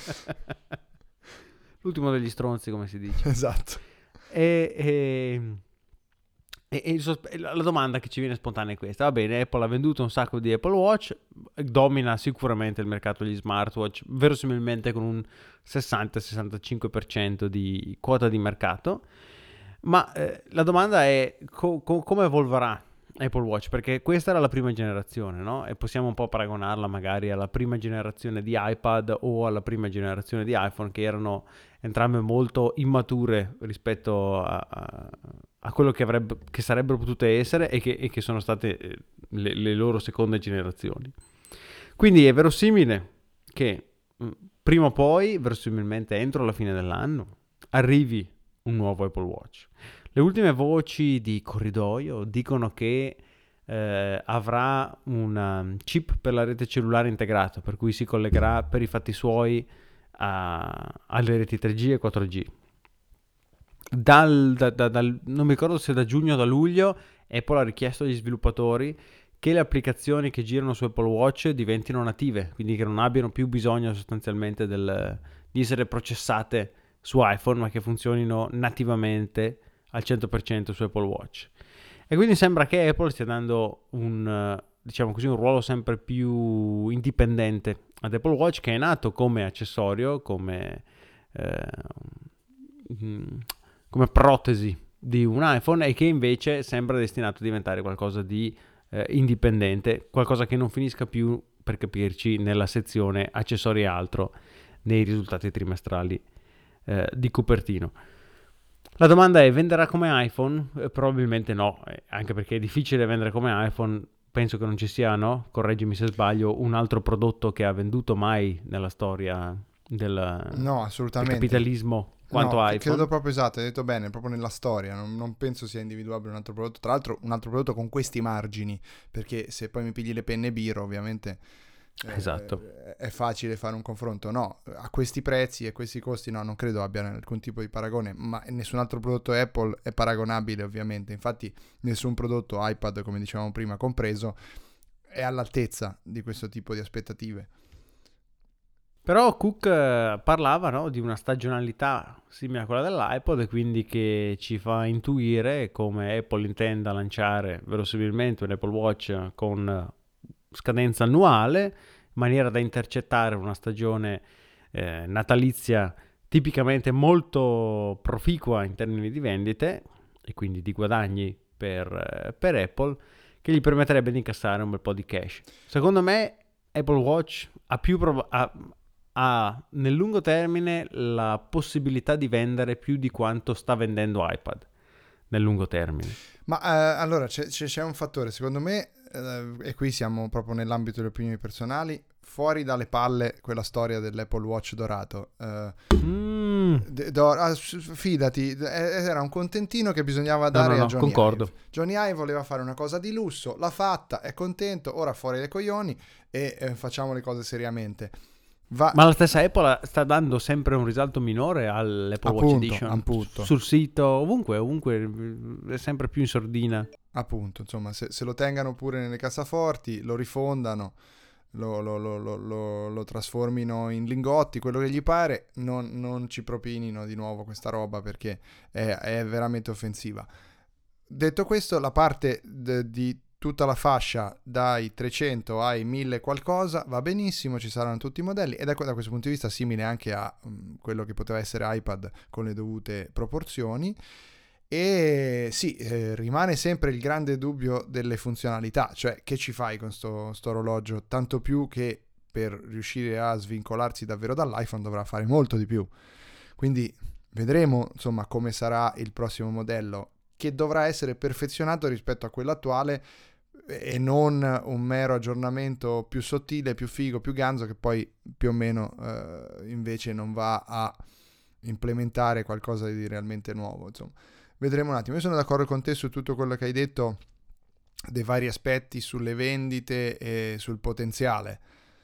l'ultimo degli stronzi, come si dice. Esatto. E, e, e, e il sospe- la domanda che ci viene spontanea è questa: va bene, Apple ha venduto un sacco di Apple Watch, domina sicuramente il mercato degli smartwatch, verosimilmente con un sessanta sessantacinque per cento di quota di mercato, ma eh, la domanda è co- co- come evolverà Apple Watch, perché questa era la prima generazione, no? E possiamo un po' paragonarla magari alla prima generazione di iPad o alla prima generazione di iPhone, che erano entrambe molto immature rispetto a, a, a quello che, avrebbe, che sarebbero potute essere e che, e che sono state le, le loro seconde generazioni. Quindi è verosimile che prima o poi, verosimilmente entro la fine dell'anno, arrivi un nuovo Apple Watch. Le ultime voci di corridoio dicono che eh, avrà un chip per la rete cellulare integrato, per cui si collegherà per i fatti suoi a, alle reti tre G e quattro G. Dal, da, da, dal, non mi ricordo se da giugno o da luglio, Apple ha richiesto agli sviluppatori che le applicazioni che girano su Apple Watch diventino native, quindi che non abbiano più bisogno sostanzialmente del, di essere processate su iPhone, ma che funzionino nativamente al cento per cento su Apple Watch. E quindi sembra che Apple stia dando un, diciamo così, un ruolo sempre più indipendente ad Apple Watch, che è nato come accessorio, come, eh, come protesi di un iPhone, e che invece sembra destinato a diventare qualcosa di eh, indipendente, qualcosa che non finisca più, per capirci, nella sezione accessori e altro nei risultati trimestrali eh, di Cupertino. La domanda è: venderà come iPhone? Eh, probabilmente no, eh, anche perché è difficile vendere come iPhone. Penso che non ci sia, no? Correggimi se sbaglio, un altro prodotto che ha venduto mai nella storia del, no, del capitalismo quanto no, iPhone. Credo proprio esatto, hai detto bene, proprio nella storia. Non, non penso sia individuabile un altro prodotto. Tra l'altro un altro prodotto con questi margini, perché se poi mi pigli le penne Biro, ovviamente... Esatto. Eh, è facile fare un confronto. No, a questi prezzi e questi costi no, non credo abbiano alcun tipo di paragone, ma nessun altro prodotto Apple è paragonabile, ovviamente. Infatti nessun prodotto iPad, come dicevamo prima compreso, è all'altezza di questo tipo di aspettative. Però Cook eh, parlava, no, di una stagionalità simile a quella dell'iPod, e quindi che ci fa intuire come Apple intenda lanciare verosimilmente un Apple Watch con scadenza annuale, in maniera da intercettare una stagione eh, natalizia tipicamente molto proficua in termini di vendite e quindi di guadagni per, eh, per Apple, che gli permetterebbe di incassare un bel po' di cash. Secondo me Apple Watch ha più prob- ha, ha nel lungo termine la possibilità di vendere più di quanto sta vendendo iPad nel lungo termine. Ma eh, allora c'è, c'è, c'è un fattore, secondo me, eh, e qui siamo proprio nell'ambito delle opinioni personali, fuori dalle palle quella storia dell'Apple Watch dorato. Eh, mm. d- do, ah, fidati, era un contentino che bisognava dare no, no, no, a Johnny concordo. Ive. Johnny Ive voleva fare una cosa di lusso, l'ha fatta, è contento, ora fuori dai coglioni e eh, facciamo le cose seriamente. Va... Ma la stessa Apple sta dando sempre un risalto minore all'Apple appunto, Watch Edition appunto. sul sito, ovunque, ovunque è sempre più in sordina. Appunto, insomma, se, se lo tengano pure nelle cassaforti, lo rifondano, lo, lo, lo, lo, lo, lo trasformino in lingotti, quello che gli pare, non, non ci propinino di nuovo questa roba perché è, è veramente offensiva. Detto questo, la parte de, di tutta la fascia dai trecento ai mille qualcosa va benissimo, ci saranno tutti i modelli ed è da questo punto di vista simile anche a um, quello che poteva essere iPad con le dovute proporzioni. E sì, eh, rimane sempre il grande dubbio delle funzionalità, cioè che ci fai con sto, sto orologio, tanto più che per riuscire a svincolarsi davvero dall'iPhone dovrà fare molto di più. Quindi vedremo insomma come sarà il prossimo modello, che dovrà essere perfezionato rispetto a quello attuale e non un mero aggiornamento più sottile, più figo, più ganzo, che poi più o meno eh, invece non va a implementare qualcosa di realmente nuovo. Insomma, vedremo un attimo. Io sono d'accordo con te su tutto quello che hai detto dei vari aspetti sulle vendite e sul potenziale.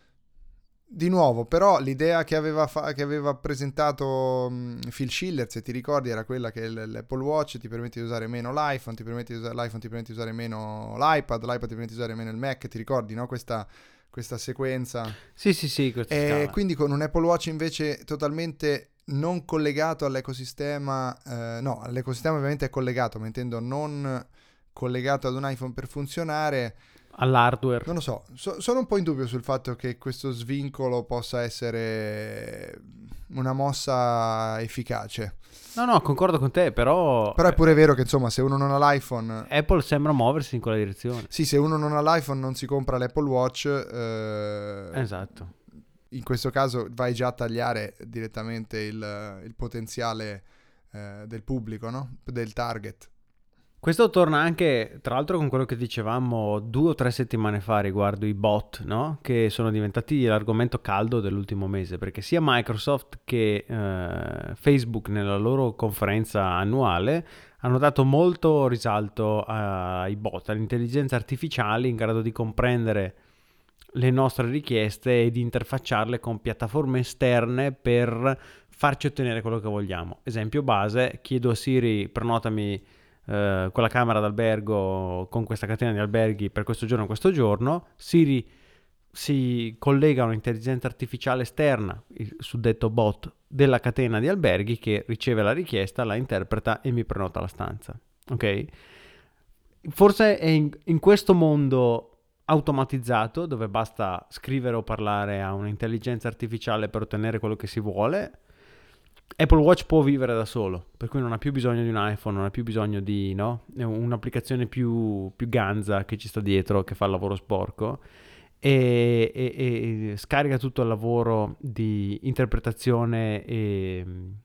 Di nuovo, però, l'idea che aveva, fa- che aveva presentato um, Phil Schiller, se ti ricordi, era quella che l- l'Apple Watch ti permette di usare meno l'iPhone, ti permette di usare, l'iPhone ti permette di usare meno l'iPad, l'iPad ti permette di usare meno il Mac, ti ricordi, no? Questa, questa sequenza. Sì, sì, sì, questa E scala. quindi con un Apple Watch invece totalmente non collegato all'ecosistema, eh, no, all'ecosistema ovviamente è collegato, ma intendo non collegato ad un iPhone per funzionare. All'hardware. Non lo so, so, sono un po' in dubbio sul fatto che questo svincolo possa essere una mossa efficace. No, no, concordo con te, però... Però è pure vero che insomma se uno non ha l'iPhone... Apple sembra muoversi in quella direzione. Sì, se uno non ha l'iPhone non si compra l'Apple Watch. Eh, Esatto. In questo caso vai già a tagliare direttamente il, il potenziale eh, del pubblico, no? Del target. Questo torna anche, tra l'altro, con quello che dicevamo due o tre settimane fa riguardo i bot, no? Che sono diventati l'argomento caldo dell'ultimo mese, perché sia Microsoft che eh, Facebook nella loro conferenza annuale hanno dato molto risalto ai bot, alle intelligenze artificiali in grado di comprendere le nostre richieste e di interfacciarle con piattaforme esterne per farci ottenere quello che vogliamo. Esempio base, chiedo a Siri prenotami Uh, con la camera d'albergo, con questa catena di alberghi per questo giorno e questo giorno. Siri si collega a un'intelligenza artificiale esterna, il suddetto bot della catena di alberghi, che riceve la richiesta, la interpreta e mi prenota la stanza. Ok? Forse è in, in questo mondo automatizzato, dove basta scrivere o parlare a un'intelligenza artificiale per ottenere quello che si vuole, Apple Watch può vivere da solo, per cui non ha più bisogno di un iPhone, non ha più bisogno di, no? È un'applicazione più, più ganza che ci sta dietro, che fa il lavoro sporco e, e, e scarica tutto il lavoro di interpretazione e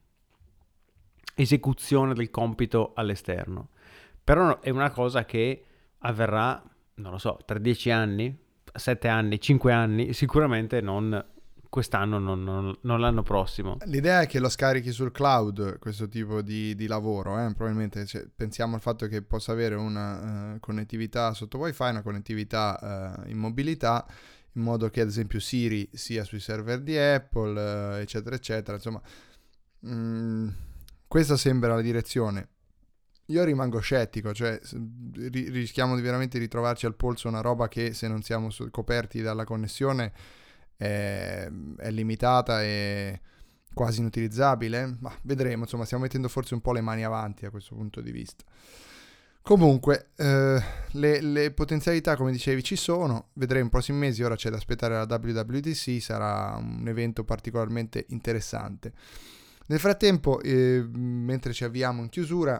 esecuzione del compito all'esterno. Però è una cosa che avverrà, non lo so, tra dieci anni, sette anni, cinque anni, sicuramente non quest'anno, non, non, non l'anno prossimo. L'idea è che lo scarichi sul cloud, questo tipo di, di lavoro, eh? Probabilmente cioè, pensiamo al fatto che possa avere una uh, connettività sotto wifi, una connettività uh, in mobilità, in modo che ad esempio Siri sia sui server di Apple, uh, eccetera, eccetera. Insomma, mh, questa sembra la direzione. Io rimango scettico, cioè ri- rischiamo di veramente ritrovarci al polso una roba che, se non siamo so- coperti dalla connessione, È, è limitata e quasi inutilizzabile, ma vedremo, insomma stiamo mettendo forse un po' le mani avanti a questo punto di vista. Comunque eh, le, le potenzialità, come dicevi, ci sono, vedremo i prossimi mesi. Ora c'è da aspettare la W W D C, sarà un evento particolarmente interessante. Nel frattempo, eh, mentre ci avviamo in chiusura,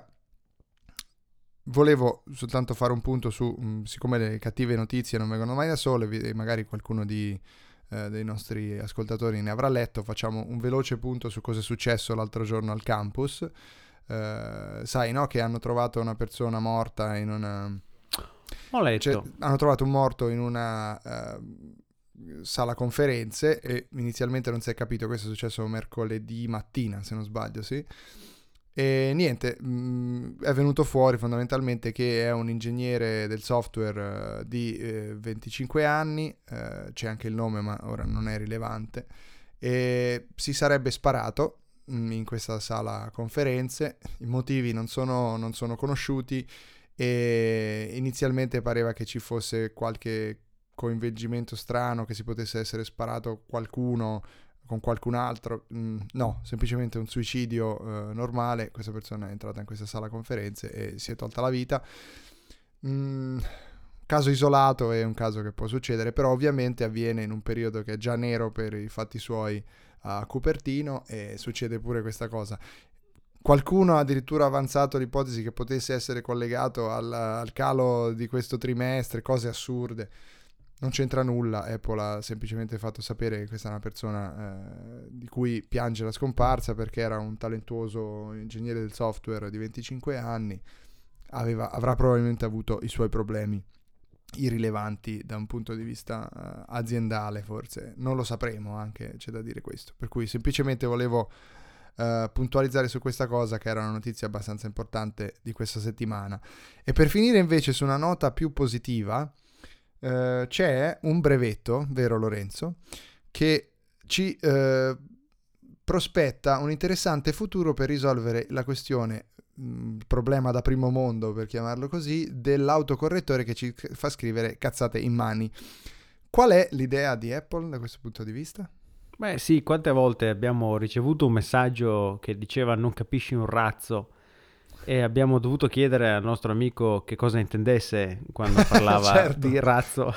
volevo soltanto fare un punto su, mh, siccome le cattive notizie non vengono mai da sole, magari qualcuno di Eh, dei nostri ascoltatori ne avrà letto, facciamo un veloce punto su cosa è successo l'altro giorno al campus. Eh, sai, no, che hanno trovato una persona morta in una... Ho letto. Cioè, hanno trovato un morto in una uh, sala conferenze e inizialmente non si è capito, questo è successo mercoledì mattina, se non sbaglio, sì. E niente, mh, è venuto fuori fondamentalmente che è un ingegnere del software uh, di eh, venticinque anni, uh, c'è anche il nome ma ora non è rilevante, e si sarebbe sparato mh, in questa sala conferenze. I motivi non sono, non sono conosciuti e inizialmente pareva che ci fosse qualche coinvolgimento strano, che si potesse essere sparato qualcuno con qualcun altro. Mm, no, semplicemente un suicidio eh, normale. Questa persona è entrata in questa sala conferenze e si è tolta la vita. Mm, caso isolato, è un caso che può succedere, però ovviamente avviene in un periodo che è già nero per i fatti suoi a Cupertino e succede pure questa cosa. qualcuno ha addirittura avanzato l'ipotesi che potesse essere collegato al, al calo di questo trimestre, cose assurde. Non c'entra nulla, Apple ha semplicemente fatto sapere che questa è una persona eh, di cui piange la scomparsa perché era un talentuoso ingegnere del software di venticinque anni, aveva, avrà probabilmente avuto i suoi problemi irrilevanti da un punto di vista uh, aziendale, forse non lo sapremo, anche c'è da dire questo, per cui semplicemente volevo uh, puntualizzare su questa cosa, che era una notizia abbastanza importante di questa settimana. E per finire invece su una nota più positiva, uh, c'è un brevetto, vero Lorenzo, che ci uh, prospetta un interessante futuro per risolvere la questione, problema da primo mondo per chiamarlo così, dell'autocorrettore che ci fa scrivere cazzate in mani. Qual è l'idea di Apple da questo punto di vista? Beh sì, quante volte abbiamo ricevuto un messaggio che diceva non capisci un razzo e abbiamo dovuto chiedere al nostro amico che cosa intendesse quando parlava certo. di razzo.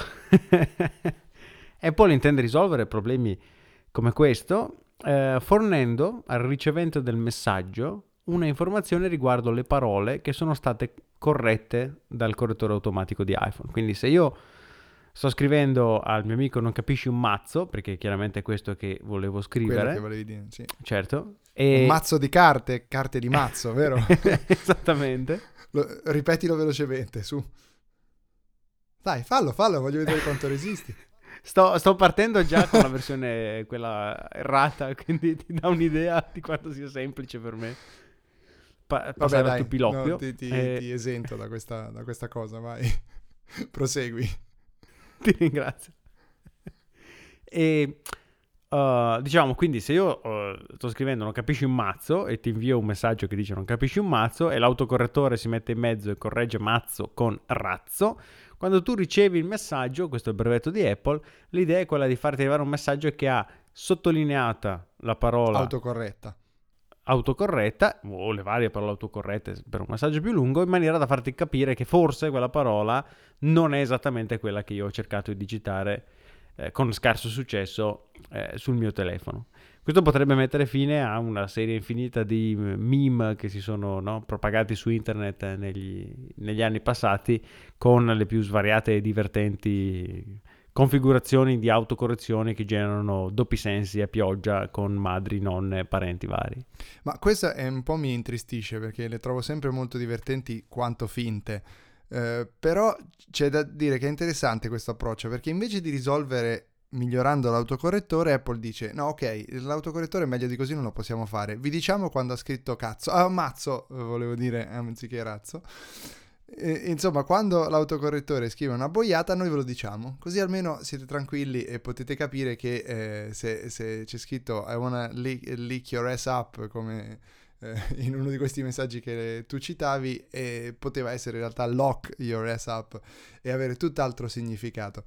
Apple intende risolvere problemi come questo eh, fornendo al ricevente del messaggio una informazione riguardo le parole che sono state corrette dal correttore automatico di iPhone. Quindi se io sto scrivendo al mio amico non capisci un mazzo, perché chiaramente è questo che volevo scrivere. Quello che volevi dire, sì. Certo. E... un mazzo di carte, carte di mazzo, vero? Esattamente. Lo, ripetilo velocemente, su. Dai, fallo, fallo, voglio vedere quanto resisti. Sto, sto partendo già con la versione quella errata, quindi ti dà un'idea di quanto sia semplice per me. Pa- Vabbè dai, Tupilocchio. no, ti, ti, e... ti esento da questa, da questa cosa, vai, prosegui. Ti ringrazio. E uh, diciamo, quindi se io uh, sto scrivendo non capisci un mazzo e ti invio un messaggio che dice non capisci un mazzo e l'autocorrettore si mette in mezzo e corregge mazzo con razzo, quando tu ricevi il messaggio, questo è il brevetto di Apple, l'idea è quella di farti arrivare un messaggio che ha sottolineata la parola autocorretta autocorretta o le varie parole autocorrette per un messaggio più lungo, in maniera da farti capire che forse quella parola non è esattamente quella che io ho cercato di digitare eh, con scarso successo eh, sul mio telefono. Questo potrebbe mettere fine a una serie infinita di meme che si sono no, propagati su internet negli, negli anni passati con le più svariate e divertenti configurazioni di autocorrezione che generano doppi sensi a pioggia con madri, nonne, parenti vari. Ma questa è un po' mi intristisce perché le trovo sempre molto divertenti quanto finte, eh, però c'è da dire che è interessante questo approccio, perché invece di risolvere migliorando l'autocorrettore, Apple dice no, ok, l'autocorrettore meglio di così non lo possiamo fare, vi diciamo quando ha scritto cazzo, ah mazzo volevo dire anziché razzo. E, insomma, quando l'autocorrettore scrive una boiata noi ve lo diciamo, così almeno siete tranquilli e potete capire che eh, se, se c'è scritto I wanna lick, lick your ass up come eh, in uno di questi messaggi che tu citavi, eh, poteva essere in realtà lock your ass up e avere tutt'altro significato.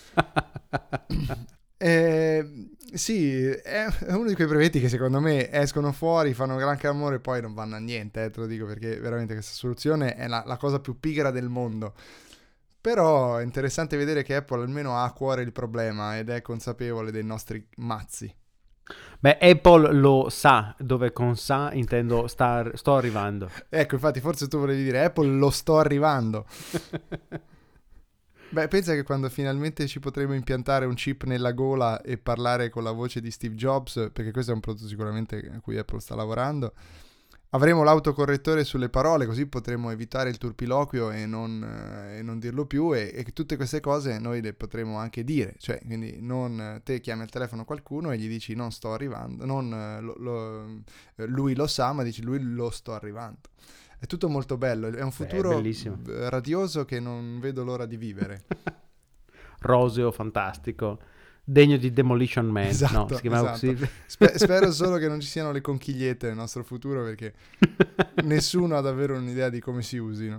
Eh, sì, è uno di quei brevetti che secondo me escono fuori, fanno gran clamore e poi non vanno a niente, eh, te lo dico perché veramente questa soluzione è la, la cosa più pigra del mondo. Però è interessante vedere che Apple almeno ha a cuore il problema ed è consapevole dei nostri mazzi. Beh, Apple lo sa, dove con sa intendo star, sto arrivando. Ecco, infatti forse tu volevi dire Apple lo sto arrivando. Beh, pensa che quando finalmente ci potremo impiantare un chip nella gola e parlare con la voce di Steve Jobs, perché questo è un prodotto sicuramente a cui Apple sta lavorando, avremo l'autocorrettore sulle parole, così potremo evitare il turpiloquio e non, eh, e non dirlo più, e, e tutte queste cose noi le potremo anche dire, cioè quindi non te chiami al telefono qualcuno e gli dici non sto arrivando, non lo, lo, lui lo sa, ma dici lui lo sto arrivando. È tutto molto bello, è un futuro Beh, radioso che non vedo l'ora di vivere. Roseo, fantastico, degno di Demolition Man. Esatto, no, si chiamava esatto. così. Sper- spero solo che non ci siano le conchigliette nel nostro futuro, perché nessuno ha davvero un'idea di come si usino.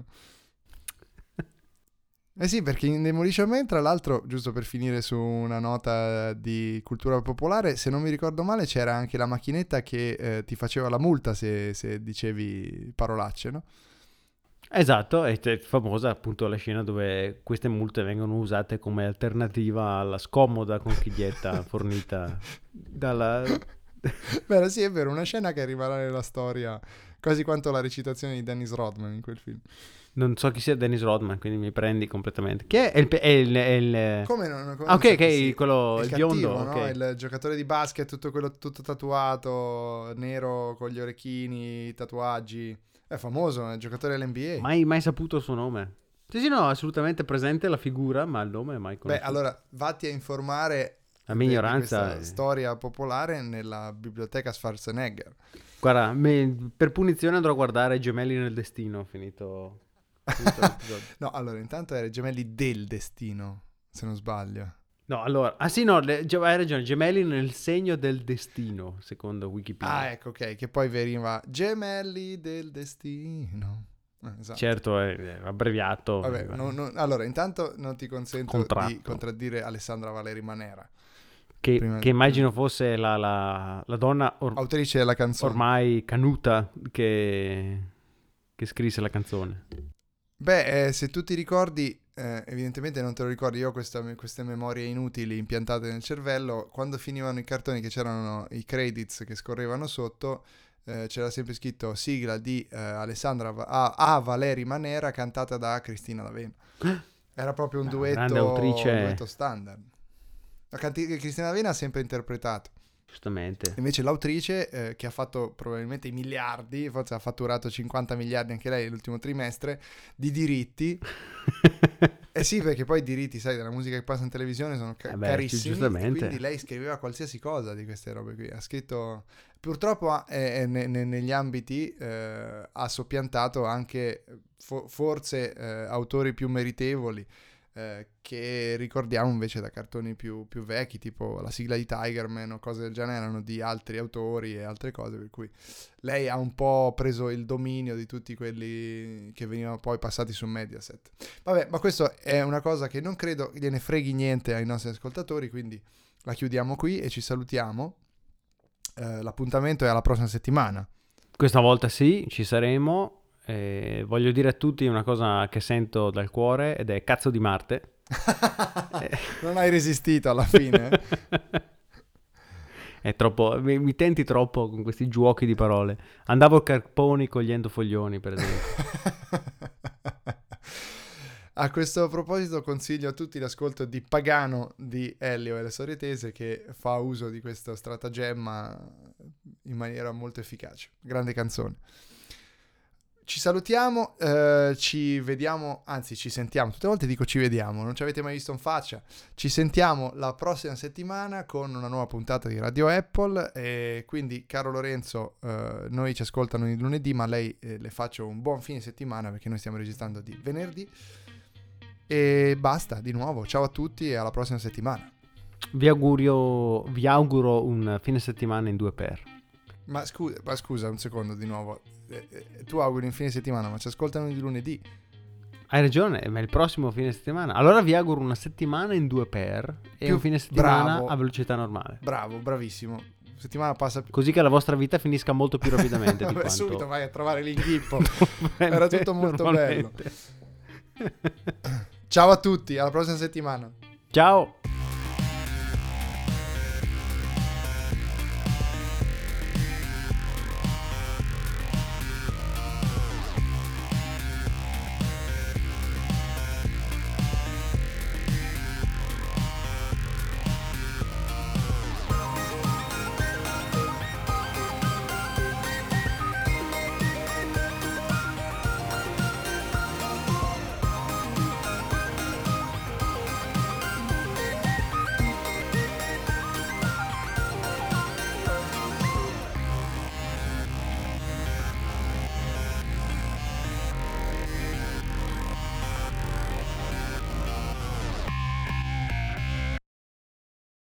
Eh sì, perché in Demolition Man, tra l'altro, giusto per finire su una nota di cultura popolare, se non mi ricordo male c'era anche la macchinetta che eh, ti faceva la multa se, se dicevi parolacce, no? Esatto, è famosa appunto la scena dove queste multe vengono usate come alternativa alla scomoda conchiglietta fornita dalla, Beh, sì, è vero, una scena che rimarrà nella storia quasi quanto la recitazione di Dennis Rodman in quel film. Non so chi sia Dennis Rodman, quindi mi prendi completamente. Che è il... È il, è il... Come non, come ah, non ok, so ok, chi sia? quello, È il, il biondo, cattivo, no? ok. Il giocatore di basket, tutto quello tutto tatuato, nero, con gli orecchini, tatuaggi. È famoso, è il giocatore dell'N B A. Mai, mai saputo il suo nome. Sì, sì, no, assolutamente presente la figura, ma il nome è mai Beh, conosciuto. allora, vatti a informare La de- mia di ignoranza questa è- storia popolare nella biblioteca Schwarzenegger. Guarda, me- per punizione andrò a guardare Gemelli nel destino, finito, finito l'episodio. No, allora, intanto era i gemelli del destino, se non sbaglio. No, allora, ah sì, no, le- ge- hai ragione, Gemelli nel segno del destino, secondo Wikipedia. Ah, ecco, ok, che poi veniva gemelli del destino. Eh, esatto. Certo, è, è abbreviato. Vabbè, eh, non- non- allora, intanto non ti consento Contratto. di contraddire Alessandra Valeri Manera, che, prima- che immagino fosse la, la- la donna or- autrice della canzone. ormai canuta che, che scrisse la canzone. Beh, eh, se tu ti ricordi, eh, evidentemente non te lo ricordi, io ho questa- queste memorie inutili impiantate nel cervello, quando finivano i cartoni che c'erano i credits che scorrevano sotto, eh, c'era sempre scritto sigla di eh, Alessandra Va- a, a Valeri Manera cantata da Cristina D'Avena. Era proprio un Ah, duetto, grande autrice. un duetto standard. La canti- Cristina D'Avena ha sempre interpretato. Giustamente. Invece l'autrice, eh, che ha fatto probabilmente i miliardi, forse ha fatturato cinquanta miliardi anche lei nell'ultimo trimestre, di diritti. Eh sì, perché poi i diritti, sai, della musica che passa in televisione sono ca- Eh beh, carissimi. giustamente. Quindi lei scriveva qualsiasi cosa di queste robe qui. Ha scritto... Purtroppo ha- eh, eh, ne- ne- negli ambiti eh, ha soppiantato anche fo- forse eh, autori più meritevoli, eh, che ricordiamo invece da cartoni più, più vecchi, tipo la sigla di Tigerman o cose del genere, erano di altri autori e altre cose, per cui lei ha un po' preso il dominio di tutti quelli che venivano poi passati su Mediaset. Vabbè, ma questo è una cosa che non credo gliene freghi niente ai nostri ascoltatori, quindi la chiudiamo qui e ci salutiamo. Eh, l'appuntamento è alla prossima settimana. Questa volta sì, ci saremo. Eh, voglio dire a tutti una cosa che sento dal cuore ed è cazzo di Marte. Non hai resistito alla fine. È troppo, mi, mi tenti troppo con questi giochi di parole. Andavo a Carponi cogliendo foglioni, per esempio. A questo proposito consiglio a tutti l'ascolto di Pagano di Elio e le Storie Tese, che fa uso di questo stratagemma in maniera molto efficace. Grande canzone. Ci salutiamo, eh, ci vediamo, anzi ci sentiamo, tutte le volte dico ci vediamo, non ci avete mai visto in faccia. Ci sentiamo la prossima settimana con una nuova puntata di Radio Apple, e quindi caro Lorenzo, eh, noi ci ascoltano il lunedì, ma lei eh, le faccio un buon fine settimana perché noi stiamo registrando di venerdì. E basta, di nuovo, ciao a tutti e alla prossima settimana. Vi augurio, vi auguro un fine settimana in due per. Ma scusa, ma scusa un secondo di nuovo, eh, eh, tu auguri un fine settimana, ma ci ascoltano di lunedì. Hai ragione, ma è il prossimo fine settimana. Allora vi auguro una settimana in due per e Più un fine settimana bravo. a velocità normale. Bravo, bravissimo. Settimana passa più... Così che la vostra vita finisca molto più rapidamente di Vabbè, quanto... subito vai a trovare l'inghippo. Era tutto molto bello. Normalmente. Ciao a tutti, alla prossima settimana. Ciao!